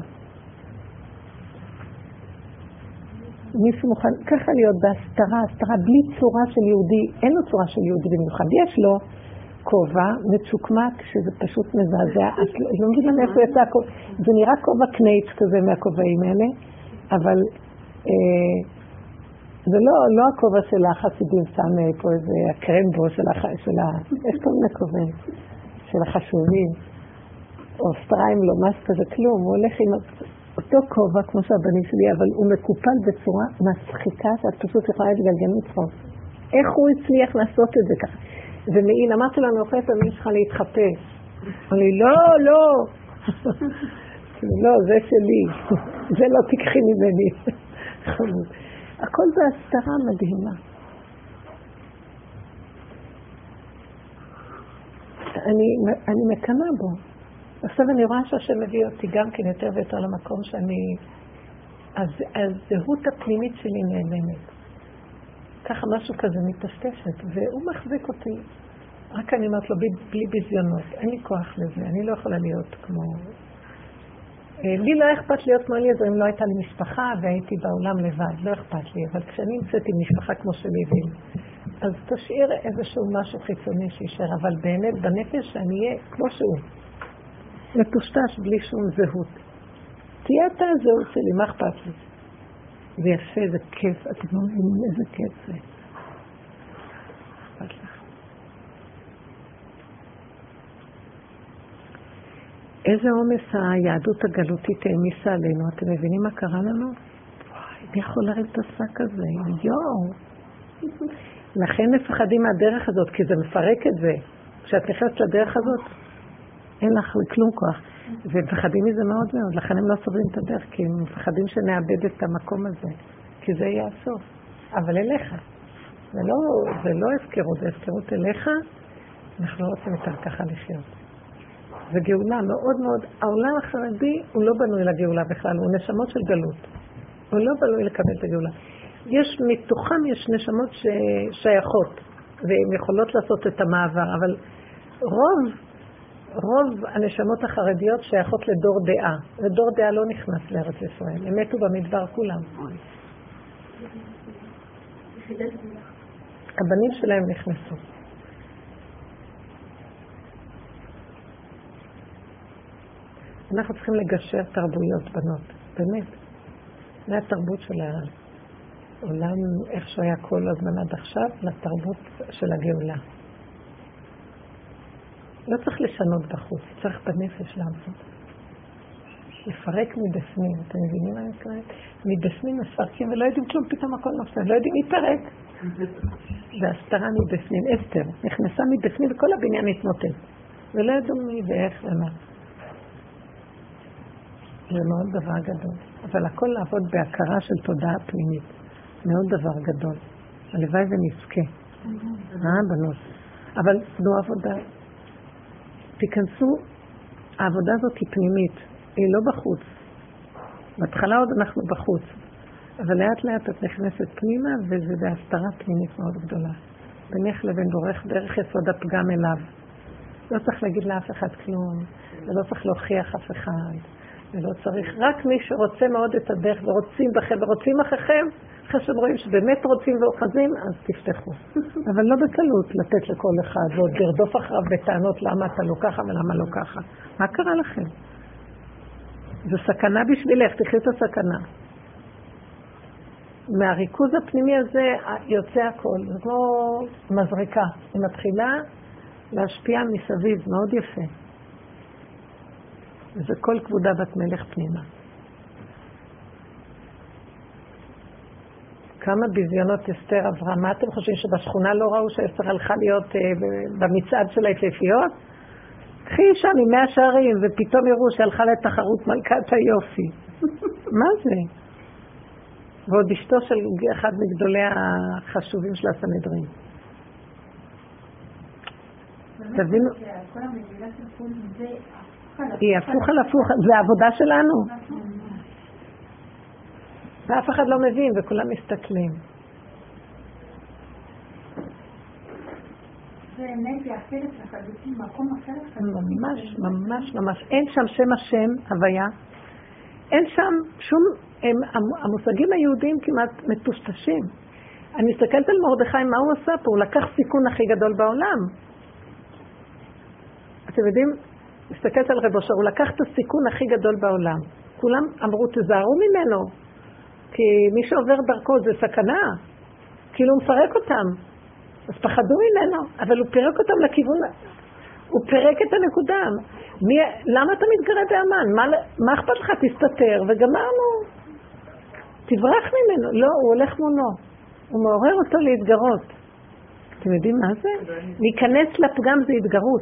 Speaker 1: מישהו מוכן ככה להיות בהסתרה, הסתרה בלי צורה של יהודי, אין לו צורה של יהודי במיוחד, יש לו כובע מצ'וקמק שזה פשוט מזעזע, את לא מבינה מאיפה יצא הכובע, זה נראה כובע קנייץ כזה מהכובעים האלה, אבל אה, זה לא, לא הכובע של החסידים, שם פה איזה הקרמבו של הח... של ה... איך קוראים לכובע? של החשובים. או סטריים לו, מס כזה, כלום. הוא הולך עם אותו כובע, כמו שהבנים שלי, אבל הוא מקופל בצורה מצחיקה, שאת פשוט יכולה להתגלגל מצחוק. איך הוא הצליח לעשות את זה ככה? ומעיל, אמרתי לו, אני אוכל את המין שלך להתחפש. אמר לי, לא, לא. לא, זה שלי. זה לא תיקחי ממני. הכל בהסתרה מדהימה. אני, אני מקנה בו. עכשיו אני רואה שהשם מביא אותי גם כן יותר ויותר למקום שאני... אז הזהות הפנימית שלי נעלמת. ככה משהו כזה מתשתשת, והוא מחזיק אותי. רק אני אומרת לו בלי ביזיונות. אין לי כוח לזה, אני לא יכולה להיות כמו... לי לא אכפת להיות כמו אליעזר אם לא הייתה לי משפחה והייתי בעולם לבד, לא אכפת לי, אבל כשאני נמצאת עם משפחה כמו שלי ויל, אז תשאיר איזשהו משהו חיצוני שישאר, אבל באמת בנפש שאני אהיה כמו שהוא, מטושטש בלי שום זהות. תהיה את הזהות שלי, מה אכפת לי? זה יפה, זה כיף, אתם לא מבינים איזה כיף זה. אכפת לך. איזה עומס היהדות הגלותית העמיסה עלינו. אתם מבינים מה קרה לנו? וואי, אני יכול להרים את השק הזה, יואו. לכן מפחדים מהדרך הזאת, כי זה מפרק את זה. כשאת נכנסת לדרך הזאת, אין לך כלום כוח. ומפחדים מזה מאוד מאוד, לכן הם לא סובלים את הדרך, כי הם מפחדים שנאבד את המקום הזה. כי זה יהיה הסוף. אבל אליך. זה לא, זה לא הפקרות, זה הפקרות אליך. אנחנו לא רוצים יותר ככה לחיות. זה גאולה מאוד מאוד, העולם החרדי הוא לא בנוי לגאולה בכלל, הוא נשמות של גלות. הוא לא בנוי לקבל את הגאולה. יש מתוכם יש נשמות ששייכות, והן יכולות לעשות את המעבר, אבל רוב, רוב הנשמות החרדיות שייכות לדור דעה, ודור דעה לא נכנס לארץ ישראל, הם מתו במדבר כולם. הבנים שלהם נכנסו. אנחנו צריכים לגשר תרבויות בנות, באמת. זה התרבות של העולם, איך שהיה כל הזמן עד עכשיו, לתרבות של הגאולה. לא צריך לשנות בחוץ, צריך בנפש לעשות. לפרק מבפנים, אתם מבינים מה יקרה? מבפנים מפרקים ולא יודעים כלום, פתאום הכל נופל, לא יודעים מי פרק. זה הסתרה מבפנים, אסתר, נכנסה מבפנים וכל הבניין התמוטט. ולא ידעו מי ואיך ומה. זה מאוד דבר גדול, אבל הכל לעבוד בהכרה של תודעה פנימית, מאוד דבר גדול. הלוואי ונזכה. אה, בנות. אבל תנו עבודה. תיכנסו, העבודה הזאת היא פנימית, היא לא בחוץ. בהתחלה עוד אנחנו בחוץ, אבל לאט לאט את נכנסת פנימה, וזה בהסתרה פנימית מאוד גדולה. בינך לבין בורך דרך יסוד הפגם אליו. לא צריך להגיד לאף אחד כלום, ולא צריך להוכיח אף אחד. ולא צריך, רק מי שרוצה מאוד את הדרך ורוצים בכם ורוצים אחריכם, אחרי שהם רואים שבאמת רוצים ואוחזים, אז תפתחו. אבל לא בקלות לתת לכל אחד, ועוד לרדוף אחריו בטענות למה אתה לא ככה ולמה לא ככה. מה קרה לכם? זו סכנה בשבילך, תחי את הסכנה. מהריכוז הפנימי הזה יוצא הכל, זה כמו מזריקה. היא מתחילה להשפיע מסביב, מאוד יפה. וזה כל כבודה בת מלך פנימה. כמה ביזיונות אסתר עברה. מה אתם חושבים שבשכונה לא ראו שאסתר הלכה להיות uh, במצעד של היפהפיות? קחי אישה ממאה שערים ופתאום יראו שהלכה לתחרות מלכת היופי. מה זה? ועוד אשתו של אחד מגדולי החשובים של הסנהדרין. תבינו?
Speaker 3: כל המגילה של פול זה...
Speaker 1: היא הפוך על הפוך, זה העבודה שלנו. ואף אחד לא מבין וכולם מסתכלים.
Speaker 3: זה אנרגיה אחרת לחלוטין, מקום אחר לחלוטין.
Speaker 1: ממש, ממש, ממש. אין שם שם השם, הוויה. אין שם שום, הם, המושגים היהודיים כמעט מטושטשים. אני מסתכלת על מרדכי, מה הוא עשה פה? הוא לקח סיכון הכי גדול בעולם. אתם יודעים? מסתכלת על רב אושר, הוא לקח את הסיכון הכי גדול בעולם. כולם אמרו, תזהרו ממנו, כי מי שעובר דרכו זה סכנה. כאילו הוא מפרק אותם. אז פחדו ממנו, אבל הוא פירק אותם לכיוון, הוא פירק את הנקודה. מי, למה אתה מתגרה באמן? מה, מה אכפת לך? תסתתר, וגמרנו. תברח ממנו. לא, הוא הולך מונו. הוא מעורר אותו להתגרות. אתם יודעים מה זה? להיכנס לפגם זה התגרות.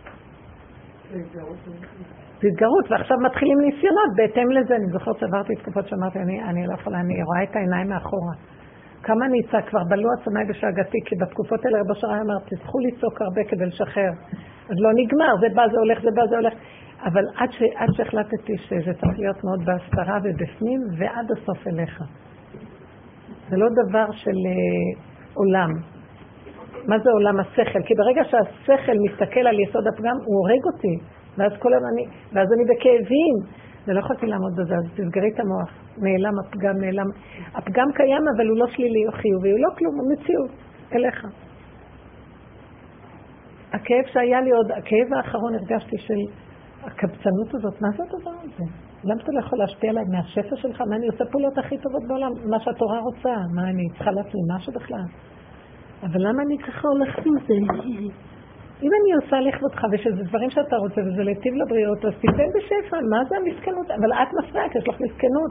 Speaker 1: זה התגרות, ועכשיו מתחילים ניסיונות בהתאם לזה. אני זוכרת שעברתי תקופות שאמרתי, אני, אני לא יכולה, אני רואה את העיניים מאחורה. כמה אני אצעק, כבר בלו עצמי בשאגתי, כי בתקופות האלה רבו שרה אמר, תצטרכו לצעוק הרבה כדי לשחרר. אז לא נגמר, זה בא, זה הולך, זה בא, זה הולך. אבל עד, ש, עד שהחלטתי שזה צריך להיות מאוד בהסתרה ובפנים, ועד הסוף אליך. זה לא דבר של uh, עולם. מה זה עולם השכל? כי ברגע שהשכל מסתכל על יסוד הפגם, הוא הורג אותי. ואז כל הזמן אני, ואז אני בכאבים. ולא יכולתי לעמוד בזה, אז תסגרי את המוח. נעלם הפגם, נעלם. הפגם קיים, אבל הוא לא שלילי או חיובי, הוא לא כלום, הוא מציאות. אליך. הכאב שהיה לי עוד, הכאב האחרון הרגשתי של הקבצנות הזאת. מה זה הדבר הזה? למה אתה לא יכול להשפיע עליי מהשפע שלך? מה אני עושה פעולות הכי טובות בעולם? מה שהתורה רוצה? מה אני צריכה לעצמי משהו בכלל? אבל למה אני ככה הולכת עם זה? אם אני עושה לכבודך ושזה דברים שאתה רוצה וזה להיטיב לבריאות, אז תיתן בשפע, מה זה המסכנות? אבל את מפריעה, כי יש לך מסכנות.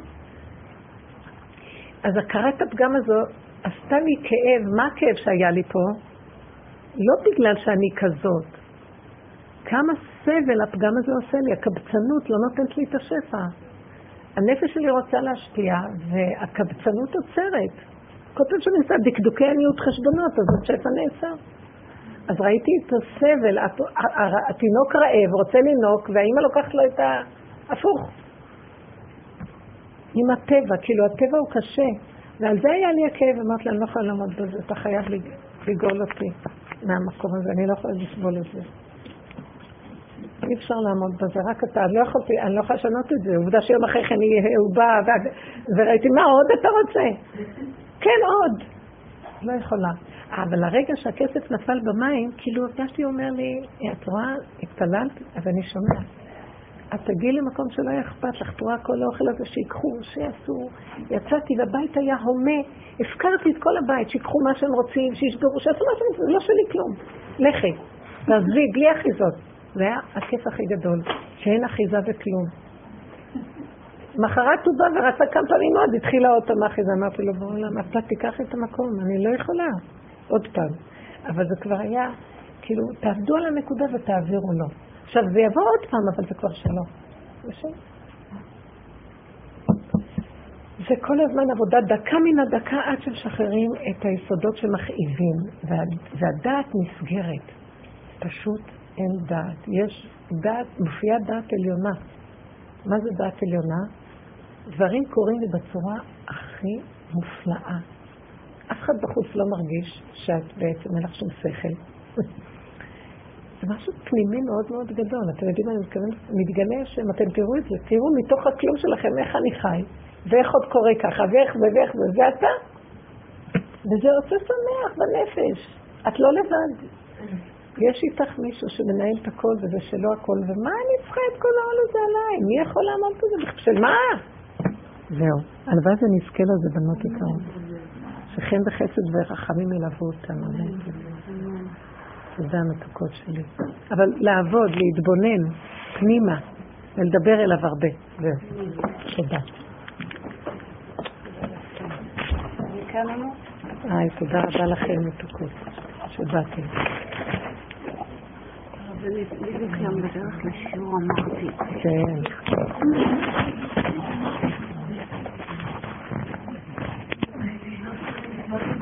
Speaker 1: אז הכרת הפגם הזו עשתה לי כאב. מה הכאב שהיה לי פה? לא בגלל שאני כזאת. כמה סבל הפגם הזה עושה לי, הקבצנות לא נותנת לי את השפע. הנפש שלי רוצה להשפיע, והקבצנות עוצרת. כל פעם שאני עושה דקדוקי עניות חשבונות, אז זאת שפע נעצר. אז ראיתי את הסבל, התינוק רעב, רוצה לנוק, והאמא לוקחת לו את ההפוך. עם הטבע, כאילו הטבע הוא קשה. ועל זה היה לי הכאב, אמרת לה, אני לא יכולה לעמוד בזה, אתה חייב לגאול אותי מהמקום הזה, אני לא יכולה לסבול את זה. אי אפשר לעמוד בזה, רק אתה, אני לא יכולתי, אני לא יכולה לשנות את זה, עובדה שיום אחרי כן הוא בא, וראיתי, מה עוד אתה רוצה? כן, עוד. לא יכולה. אבל הרגע שהכסף נפל במים, כאילו הרגשתי, הוא אומר לי, את רואה, התפללת, אז אני שומע. את תגיעי למקום שלא היה אכפת לך, תרואה כל האוכל הזה שיקחו, שיעשו. יצאתי והבית היה הומה, הפקרתי את כל הבית, שיקחו מה שהם רוצים, שישגרו, שיעשו מה שהם רוצים, לא שלי כלום. לכי, תעזבי, בלי אחיזות. זה היה הכיף הכי גדול, שאין אחיזה וכלום. מחרת הוא בא ורצה כמה פעמים עוד, התחילה עוד המאחיזה, אמרתי לו, בעולם, אתה תיקח את המקום, אני לא יכולה. עוד פעם. אבל זה כבר היה, כאילו, תעבדו על הנקודה ותעבירו לו. עכשיו, זה יבוא עוד פעם, אבל זה כבר שלא. משהו? זה כל הזמן עבודה, דקה מן הדקה עד שמשחררים את היסודות שמכאיבים, והדעת נסגרת. פשוט אין דעת. יש דעת, מופיעה דעת עליונה. מה זה דעת עליונה? דברים קורים לי בצורה הכי מופלאה. אף אחד בחוץ לא מרגיש שאת בעצם אין לך שום שכל. זה משהו פנימי מאוד מאוד גדול. אתם יודעים מה אני מתכוונת? מתגלה שאם אתם תראו את זה, תראו מתוך הכלום שלכם איך אני חי, ואיך עוד קורה ככה, ואיך ואיך וזה אתה. וזה עושה שמח בנפש. את לא לבד. יש איתך מישהו שמנהל את הכל וזה שלו הכל, ומה אני צריכה את כל העול הזה עליי? מי יכול לעמוד כזה? של מה? זהו. הלוואי ונזכה לזה בנות יקרות. שכן וחסד ורחמים ילוו אותנו. זה המתוקות שלי. אבל לעבוד, להתבונן, פנימה, ולדבר אליו הרבה. זהו. תודה. היי, תודה רבה לכם מתוקות. שבאתם.
Speaker 4: בדיוק גם בדרך לשיעור אמרתי.
Speaker 1: כן.